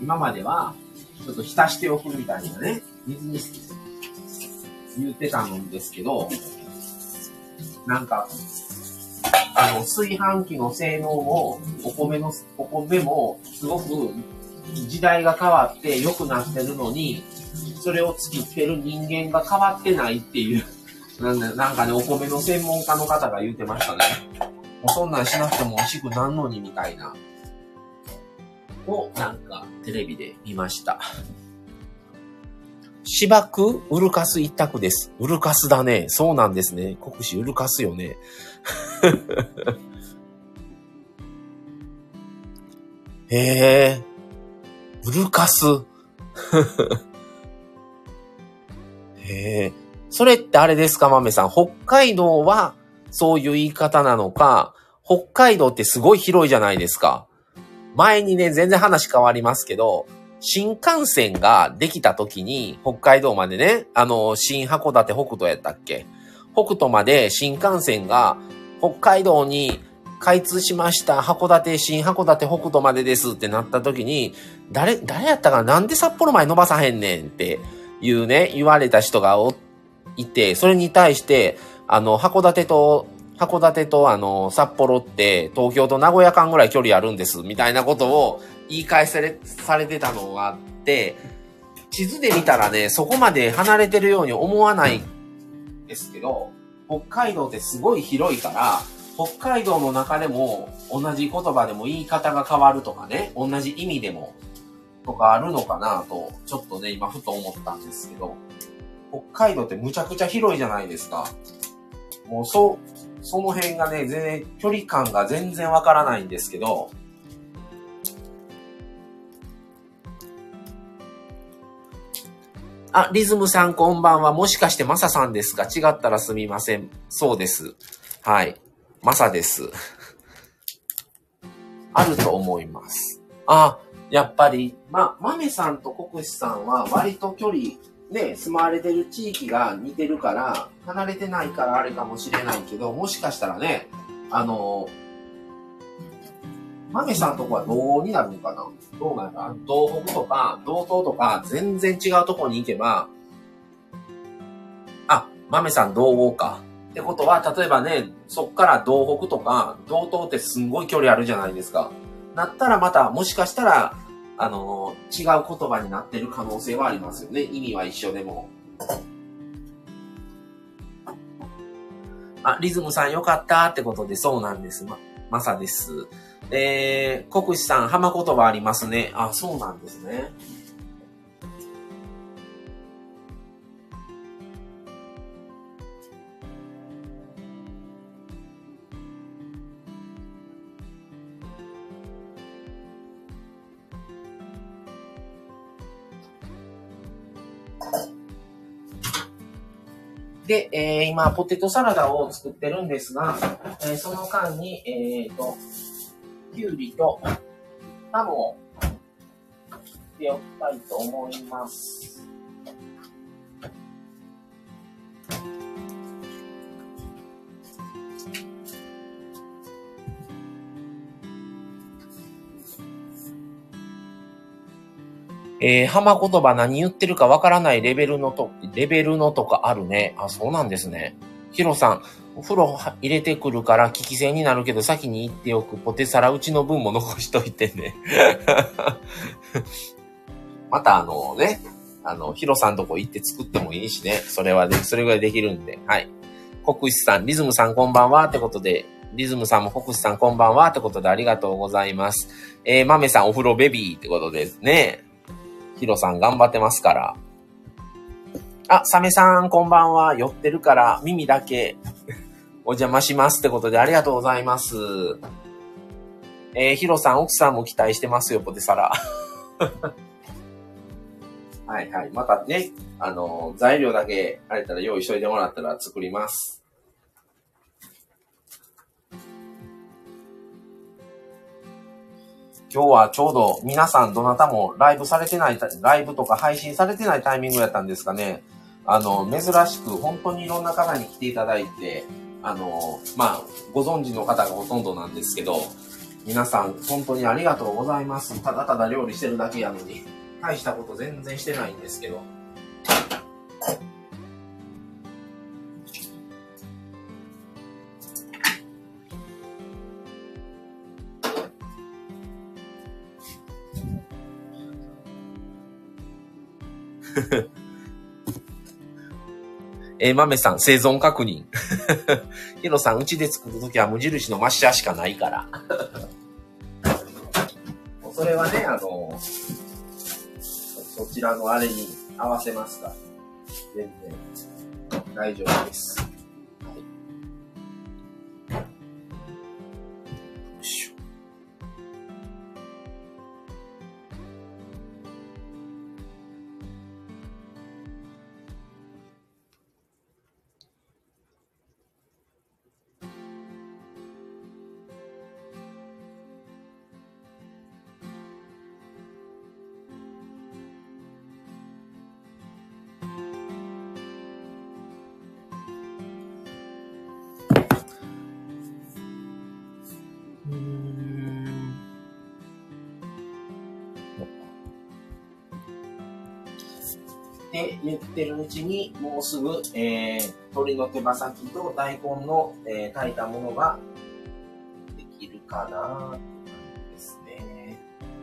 今までは、ちょっと浸しておくみたいなね、水に言ってたんですけど、なんか、炊飯器の性能も、お米も、すごく時代が変わって良くなってるのに、それを作ってる人間が変わってないっていう、なんかね、お米の専門家の方が言ってましたね。もうそんなんしなくても美味しくなんのにみたいな。を、なんか、テレビで見ました。芝区ウルカス一択です。ウルカスだね。そうなんですね。国士ウルカスよね。へえ。ウルカス。へえ。それってあれですか、豆さん。北海道はそういう言い方なのか、北海道ってすごい広いじゃないですか。前にね、全然話変わりますけど、新幹線ができた時に、北海道までね、新函館北斗やったっけ？北斗まで新幹線が北海道に開通しました。新函館北斗までですってなった時に、誰やったかな？なんで札幌まで伸ばさへんねんっていうね、言われた人がいて、それに対して、函館と札幌って東京と名古屋間ぐらい距離あるんですみたいなことを言い返されてたのがあって、地図で見たらね、そこまで離れてるように思わないんですけど、北海道ってすごい広いから、北海道の中でも同じ言葉でも言い方が変わるとかね、同じ意味でもとかあるのかなと、ちょっとね、今ふと思ったんですけど、北海道ってむちゃくちゃ広いじゃないですか。もうその辺がね、全然、距離感が全然わからないんですけど、あ、リズムさんこんばんは。もしかしてマサさんですか？違ったらすみません。そうです。はい。マサです。あると思います。あ、やっぱり、マメさんと国士さんは割と距離、ね、住まわれてる地域が似てるから、離れてないからあれかもしれないけど、もしかしたらね、マメさんとこはどうになるのかな？どうなるか？東北とか、道東とか、全然違うところに行けば、マメさん道央か。ってことは、例えばね、そっから道北とか、道東ってすんごい距離あるじゃないですか。なったらまた、もしかしたら、違う言葉になってる可能性はありますよね。意味は一緒でも。リズムさんよかったってことで、そうなんです。マサです。国士さん、浜言葉ありますね。あ、そうなんですね。で、今、ポテトサラダを作ってるんですが、その間に、きゅうりとハムを切っておきたいと思います。浜言葉何言ってるかわからないレベルのとかあるね。あ、そうなんですね。ヒロさん、お風呂入れてくるから聞き戦になるけど先に言っておく。ポテサラうちの分も残しといてね。またヒロさんとこ行って作ってもいいしね。それぐらいできるんで。はい。国士さん、リズムさんこんばんはってことで、リズムさんも国士さんこんばんはってことでありがとうございます。マメさんお風呂ベビーってことですね。 ヒロさん頑張ってますから。あ、サメさんこんばんは。寄ってるから耳だけお邪魔しますってことでありがとうございます。ヒロさん、奥さんも期待してますよ、ポテサラ。はいはい。またね、材料だけあれたら用意しといてもらったら作ります。今日はちょうど皆さんどなたもライブとか配信されてないタイミングやったんですかね。珍しく本当にいろんな方に来ていただいて、ご存知の方がほとんどなんですけど、皆さん本当にありがとうございます。ただただ料理してるだけやのに、大したこと全然してないんですけど。豆さん、生存確認。ヒロさん、うちで作るときは無印のマッシャーしかないから。それはね、そちらのあれに合わせますから。全然大丈夫です。はい。よいしょ。で、言ってるうちに、もうすぐ、鶏の手羽先と大根の、炊いたものができるかなって感じですね。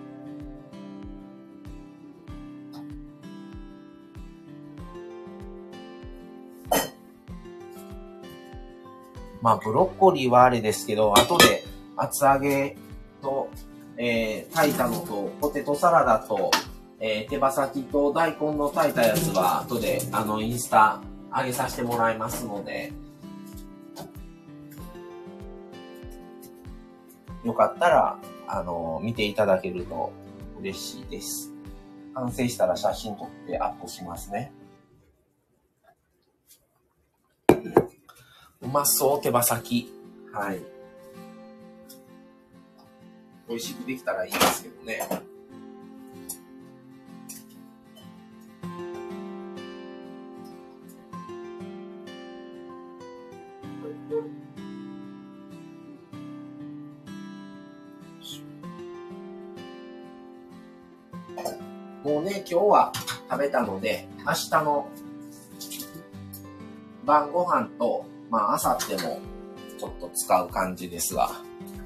ブロッコリーはあれですけど、後で厚揚げと、炊いたのと、ポテトサラダと、手羽先と大根の炊いたやつは後でインスタ上げさせてもらいますので、よかったら見ていただけると嬉しいです。完成したら写真撮ってアップしますね。うまそう、手羽先。はい。美味しくできたらいいですけどね。もうね、今日は食べたので、明日の晩ご飯と、明後日もちょっと使う感じですが。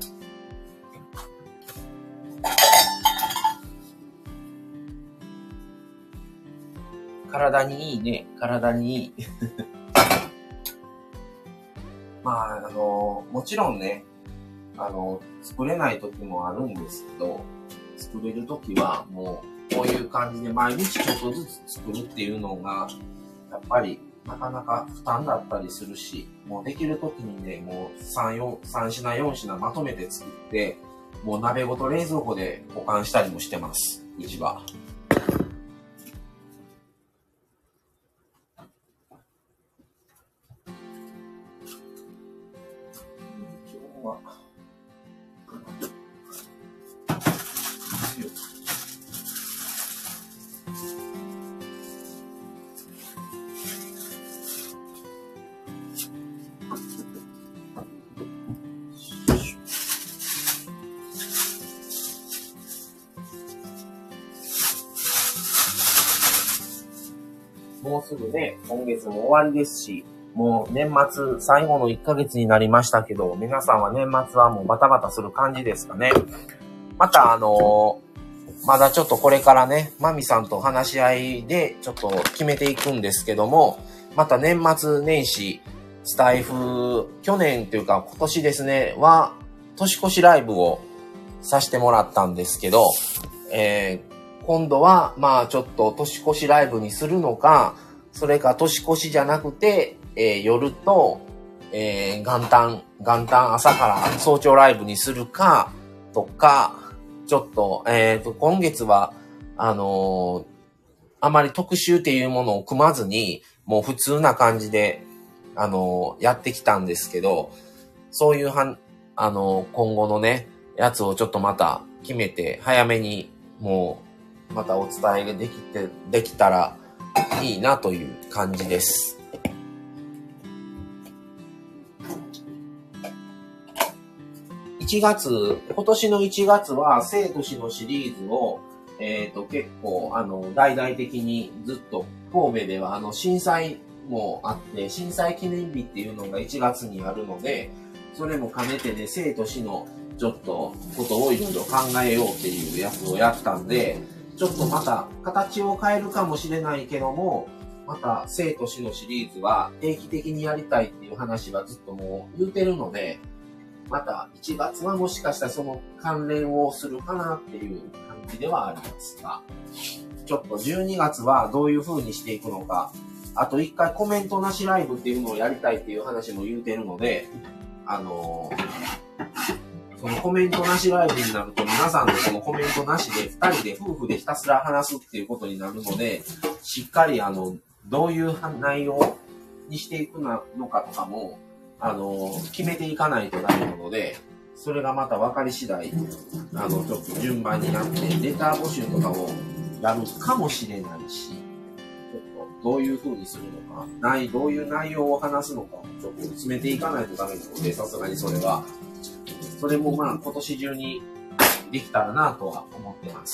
体にいいね、体にいい。もちろんね、作れない時もあるんですけど、作れる時はもう、こういう感じで毎日ちょっとずつ作るっていうのが、やっぱりなかなか負担だったりするし、もうできる時にね、もう3品4品まとめて作って、もう鍋ごと冷蔵庫で保管したりもしてます、うちは。もうすぐね、今月も終わりですし、もう年末最後の1ヶ月になりましたけど、皆さんは年末はもうバタバタする感じですかね。またまだちょっとこれからね、マミさんと話し合いでちょっと決めていくんですけども、また年末年始、スタイフ、去年というか今年ですね、は、年越しライブをさせてもらったんですけど、 今度は、まあちょっと年越しライブにするのか、それか年越しじゃなくて、夜と、元旦朝から早朝ライブにするか、とか、ちょっと、今月は、あまり特集っていうものを組まずに、もう普通な感じで、やってきたんですけど、そういう今後のね、やつをちょっとまた決めて、早めに、もう、またお伝えができたらいいなという感じです。今年の1月は生と死のシリーズを、結構、大々的にずっと神戸では震災もあって、震災記念日っていうのが1月にあるので、それも兼ねてね、生と死のちょっとことをいろいろ考えようっていうやつをやったんで、ちょっとまた形を変えるかもしれないけども、また生と死のシリーズは定期的にやりたいっていう話はずっともう言うてるので、また1月はもしかしたらその関連をするかなっていう感じではありますが、ちょっと12月はどういう風にしていくのか、あと1回コメントなしライブっていうのをやりたいっていう話も言うてるので、そのコメントなしライブになると皆さんのこのコメントなしで2人で夫婦でひたすら話すっていうことになるので、しっかりどういう内容にしていくのかとかも、決めていかないとダメなので、それがまた分かり次第、ちょっと順番になって、レター募集とかをやるかもしれないし、ちょっとどういう風にするのか、どういう内容を話すのかをちょっと詰めていかないとダメなので、さすがにそれは。それもまあ今年中にできたらなとは思ってます。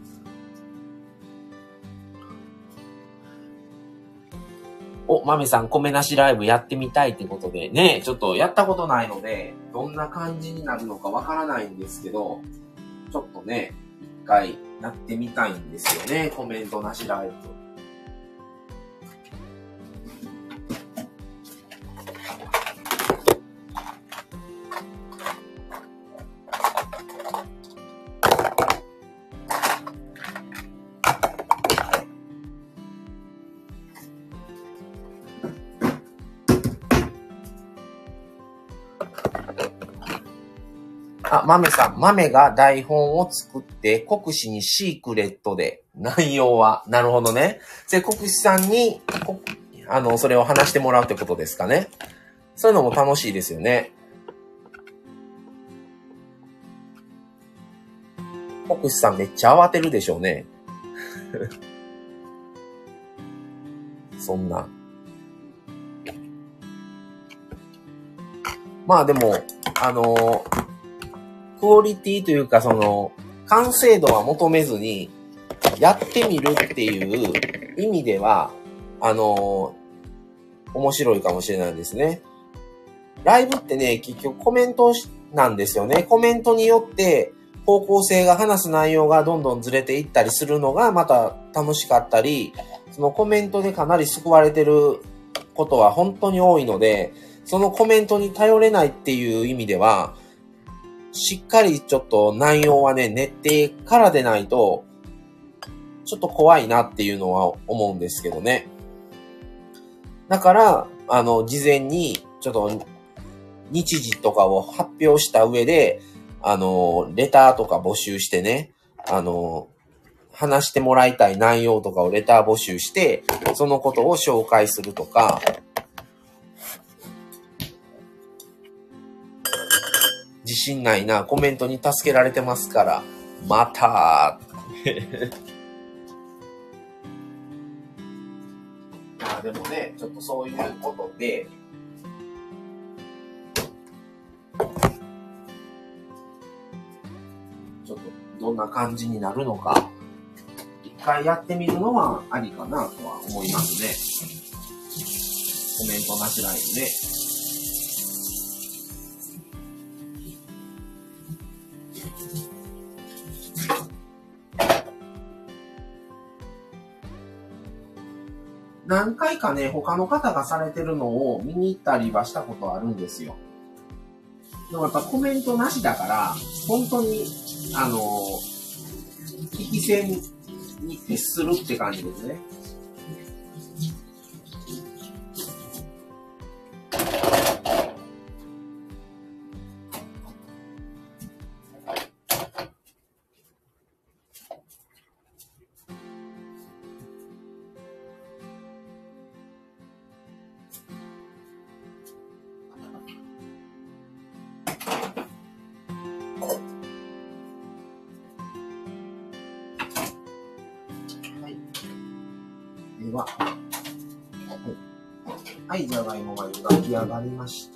豆さん、米なしライブやってみたいってことでね、ちょっとやったことないので、どんな感じになるのかわからないんですけど、ちょっとね、一回やってみたいんですよね、コメントなしライブ。豆さん、豆が台本を作って、国士にシークレットで、内容は、なるほどね。で、国士さんに、それを話してもらうってことですかね。そういうのも楽しいですよね。国士さんめっちゃ慌てるでしょうね。そんな。まあでも、クオリティというか、完成度は求めずに、やってみるっていう意味では、面白いかもしれないですね。ライブってね、結局コメントなんですよね。コメントによって、方向性が話す内容がどんどんずれていったりするのがまた楽しかったり、そのコメントでかなり救われてることは本当に多いので、そのコメントに頼れないっていう意味では、しっかりちょっと内容はね、練ってからでないと、ちょっと怖いなっていうのは思うんですけどね。だから、事前に、ちょっと、日時とかを発表した上で、レターとか募集してね、話してもらいたい内容とかをレター募集して、そのことを紹介するとか、自信ないな、コメントに助けられてますから、またでもね、ちょっとそういうことで、ちょっとどんな感じになるのか、一回やってみるのはありかなとは思いますね。コメントなしライブで。何回かね、他の方がされてるのを見に行ったりはしたことあるんですよ。でもやっぱコメントなしだから、本当に、 引き栓に徹するって感じですね。では、はい、じゃがいもが湯がき上がりました。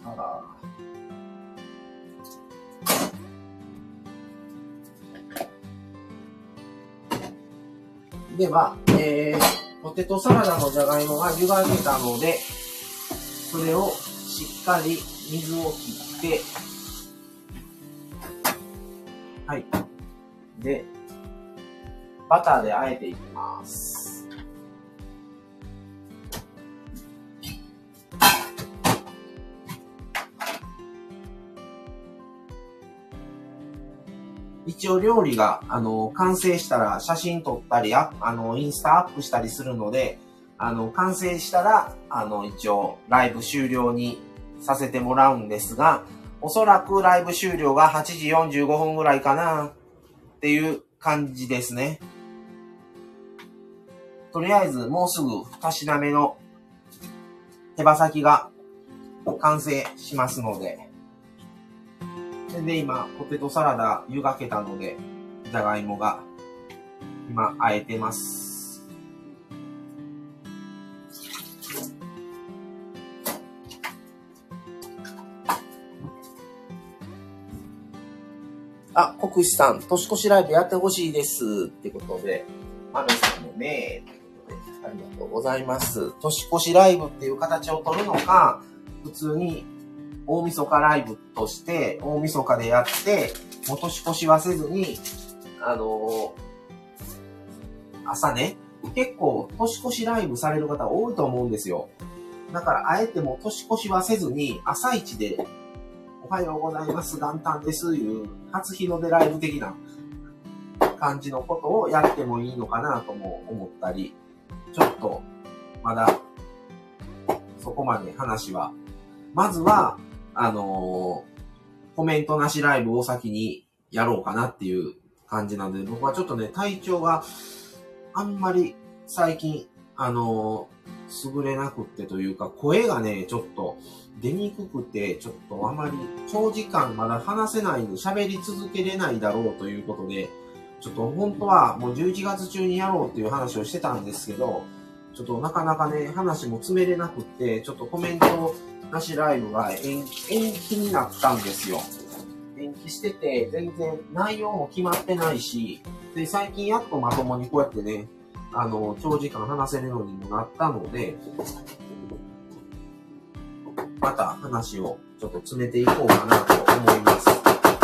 では、ポテトサラダのじゃがいもが湯がけたので、それをしっかり水を切って、はい。で、バターで和えていきます。一応料理が、完成したら写真撮ったり、インスタアップしたりするので、完成したら、一応ライブ終了にさせてもらうんですが、おそらくライブ終了が8時45分ぐらいかなっていう感じですね。とりあえずもうすぐ2品目の手羽先が完成しますので、で、今、ポテトサラダ湯がけたので、じゃがいもが今、和えてます。あ、国士さん、年越しライブやってほしいです。ってことで、マメさんもね、ありがとうございます。年越しライブっていう形を取るのか、普通に大晦日ライブとして、大晦日でやって、もう年越しはせずに、朝ね、結構年越しライブされる方多いと思うんですよ。だからあえても年越しはせずに、朝一で、おはようございます、元旦です、いう初日の出ライブ的な感じのことをやってもいいのかなとも思ったり、ちょっと、まだ、そこまで話は、まずは、コメントなしライブを先にやろうかなっていう感じなので、僕はちょっとね、体調があんまり最近、優れなくってというか、声がね、ちょっと出にくくて、ちょっとあまり長時間まだ話せないんで喋り続けれないだろうということで、ちょっと本当はもう11月中にやろうっていう話をしてたんですけど、ちょっとなかなかね、話も詰めれなくって、ちょっとコメントなしライブが延期になったんですよ。延期してて、全然内容も決まってないし、で、最近やっとまともにこうやってね、長時間話せるようにもなったので、また話をちょっと詰めていこうかなと思います。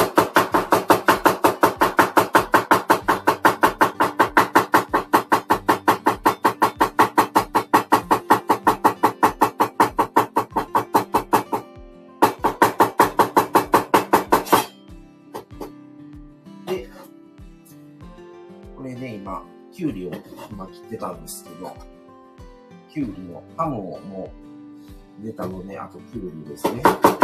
で、これね、今、きゅうりを今切ってたんですけど、きゅうりのハムをもう入れたので、あときゅうりですね。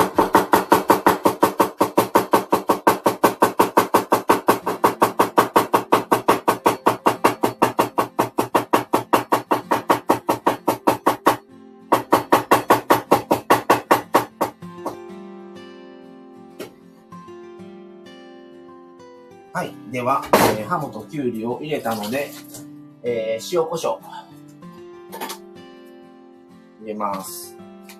はい。では、ハムときゅうりを入れたので、塩コショウ入れます。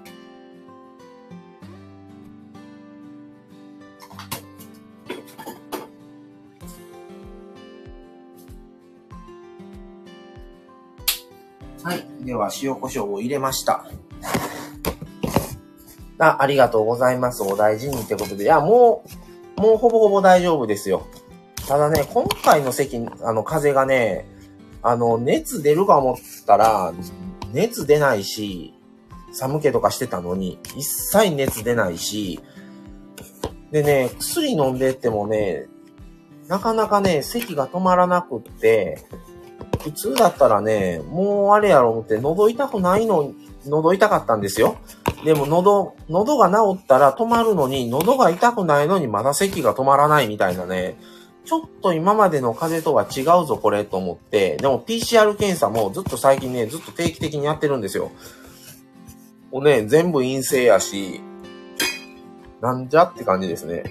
はい。では、塩コショウを入れました。ありがとうございます。お大事にってことで。いや、もうほぼほぼ大丈夫ですよ。ただね、今回の風がね、熱出るか思ったら、熱出ないし、寒気とかしてたのに、一切熱出ないし、でね、薬飲んでってもね、 なかなかね、咳が止まらなくって、普通だったらね、もうあれやろ思って喉痛くないの、喉痛かったんですよ。でも喉が治ったら止まるのに、喉が痛くないのにまだ咳が止まらないみたいなね、ちょっと今までの風邪とは違うぞこれと思って、でも PCR 検査もずっと最近ね、ずっと定期的にやってるんですよ。もうね、全部陰性やし、なんじゃって感じですね。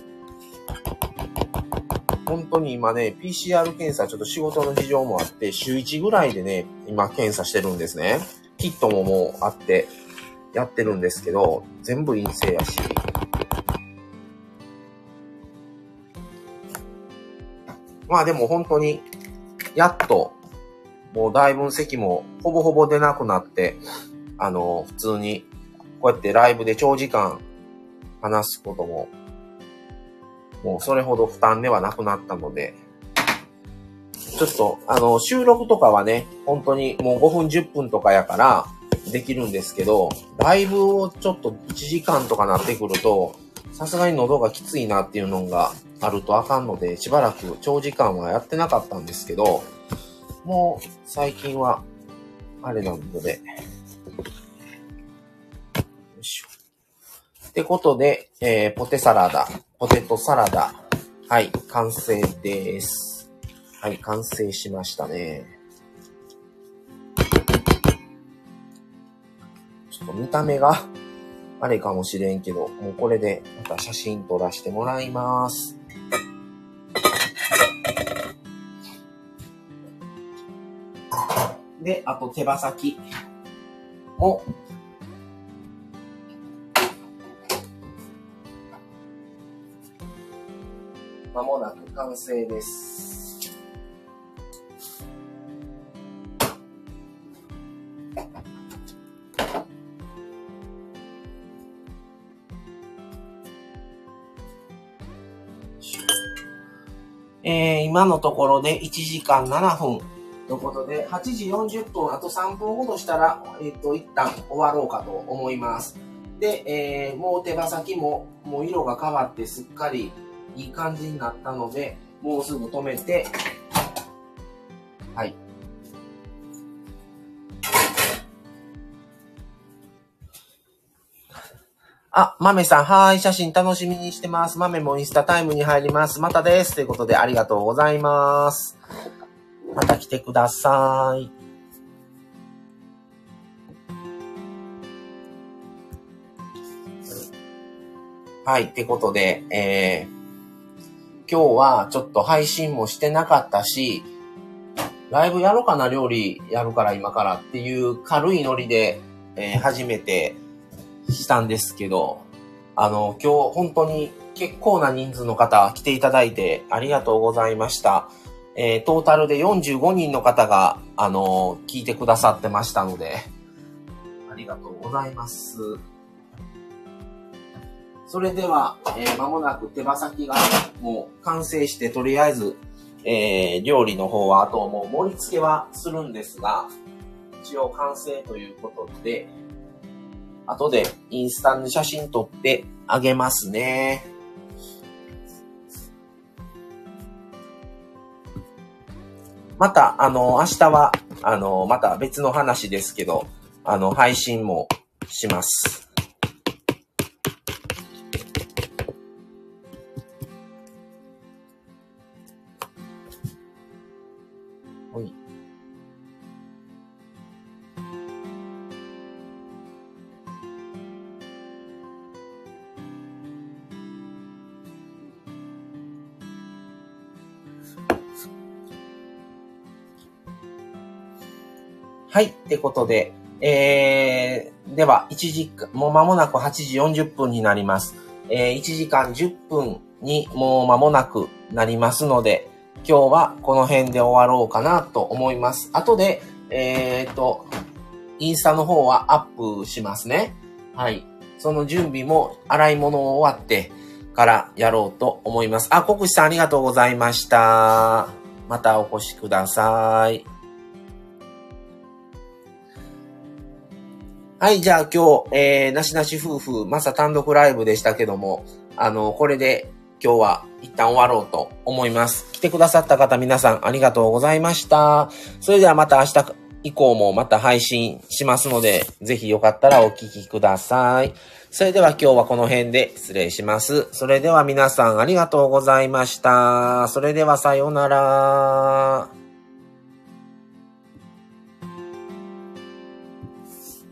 本当に今ね、PCR 検査ちょっと仕事の事情もあって、週1ぐらいでね、今検査してるんですね。キットももうあって、やってるんですけど、全部陰性やし。まあでも本当に、やっと、もうだいぶ咳もほぼほぼ出なくなって、普通に、こうやってライブで長時間話すことも、もうそれほど負担ではなくなったので、ちょっと、収録とかはね、本当にもう5分10分とかやからできるんですけど、ライブをちょっと1時間とかなってくると、さすがに喉がきついなっていうのがあるとあかんので、しばらく長時間はやってなかったんですけど、もう最近は、あれなので、よいしょ。ってことで、ポテトサラダ。はい、完成です。はい、完成しましたね。ちょっと見た目が、あれかもしれんけど、もうこれでまた写真撮らせてもらいます。で、あと手羽先を、まもなく完成です。今のところで1時間7分ということで、8時40分、あと3分ほどしたら、一旦終わろうかと思います。で、もう手羽先も、もう色が変わってすっかりいい感じになったので、もうすぐ止めて、はい。あ、豆さん、はい、写真楽しみにしてます。豆もインスタタイムに入ります。またです。ということで、ありがとうございます。また来てください。はい、ってことで、今日はちょっと配信もしてなかったし、ライブやろうかな、料理やるから今からっていう軽いノリで、初めてしたんですけど、今日本当に結構な人数の方来ていただいてありがとうございました。トータルで45人の方が、聞いてくださってましたので、ありがとうございます。それでは、間もなく手羽先がもう完成して、とりあえず、料理の方は、あともう盛り付けはするんですが、一応完成ということで、後でインスタに写真撮ってあげますね。また、明日は、また別の話ですけど、配信もします。はい。ってことで、では、1時間、もう間もなく8時40分になります。1時間10分にもう間もなくなりますので、今日はこの辺で終わろうかなと思います。後で、インスタの方はアップしますね。はい。その準備も洗い物終わってからやろうと思います。あ、国士さんありがとうございました。またお越しください。はい、じゃあ今日、なしなし夫婦、まさ単独ライブでしたけども、これで今日は一旦終わろうと思います。来てくださった方皆さんありがとうございました。それではまた明日以降もまた配信しますので、ぜひよかったらお聞きください。それでは今日はこの辺で失礼します。それでは皆さんありがとうございました。それではさようなら。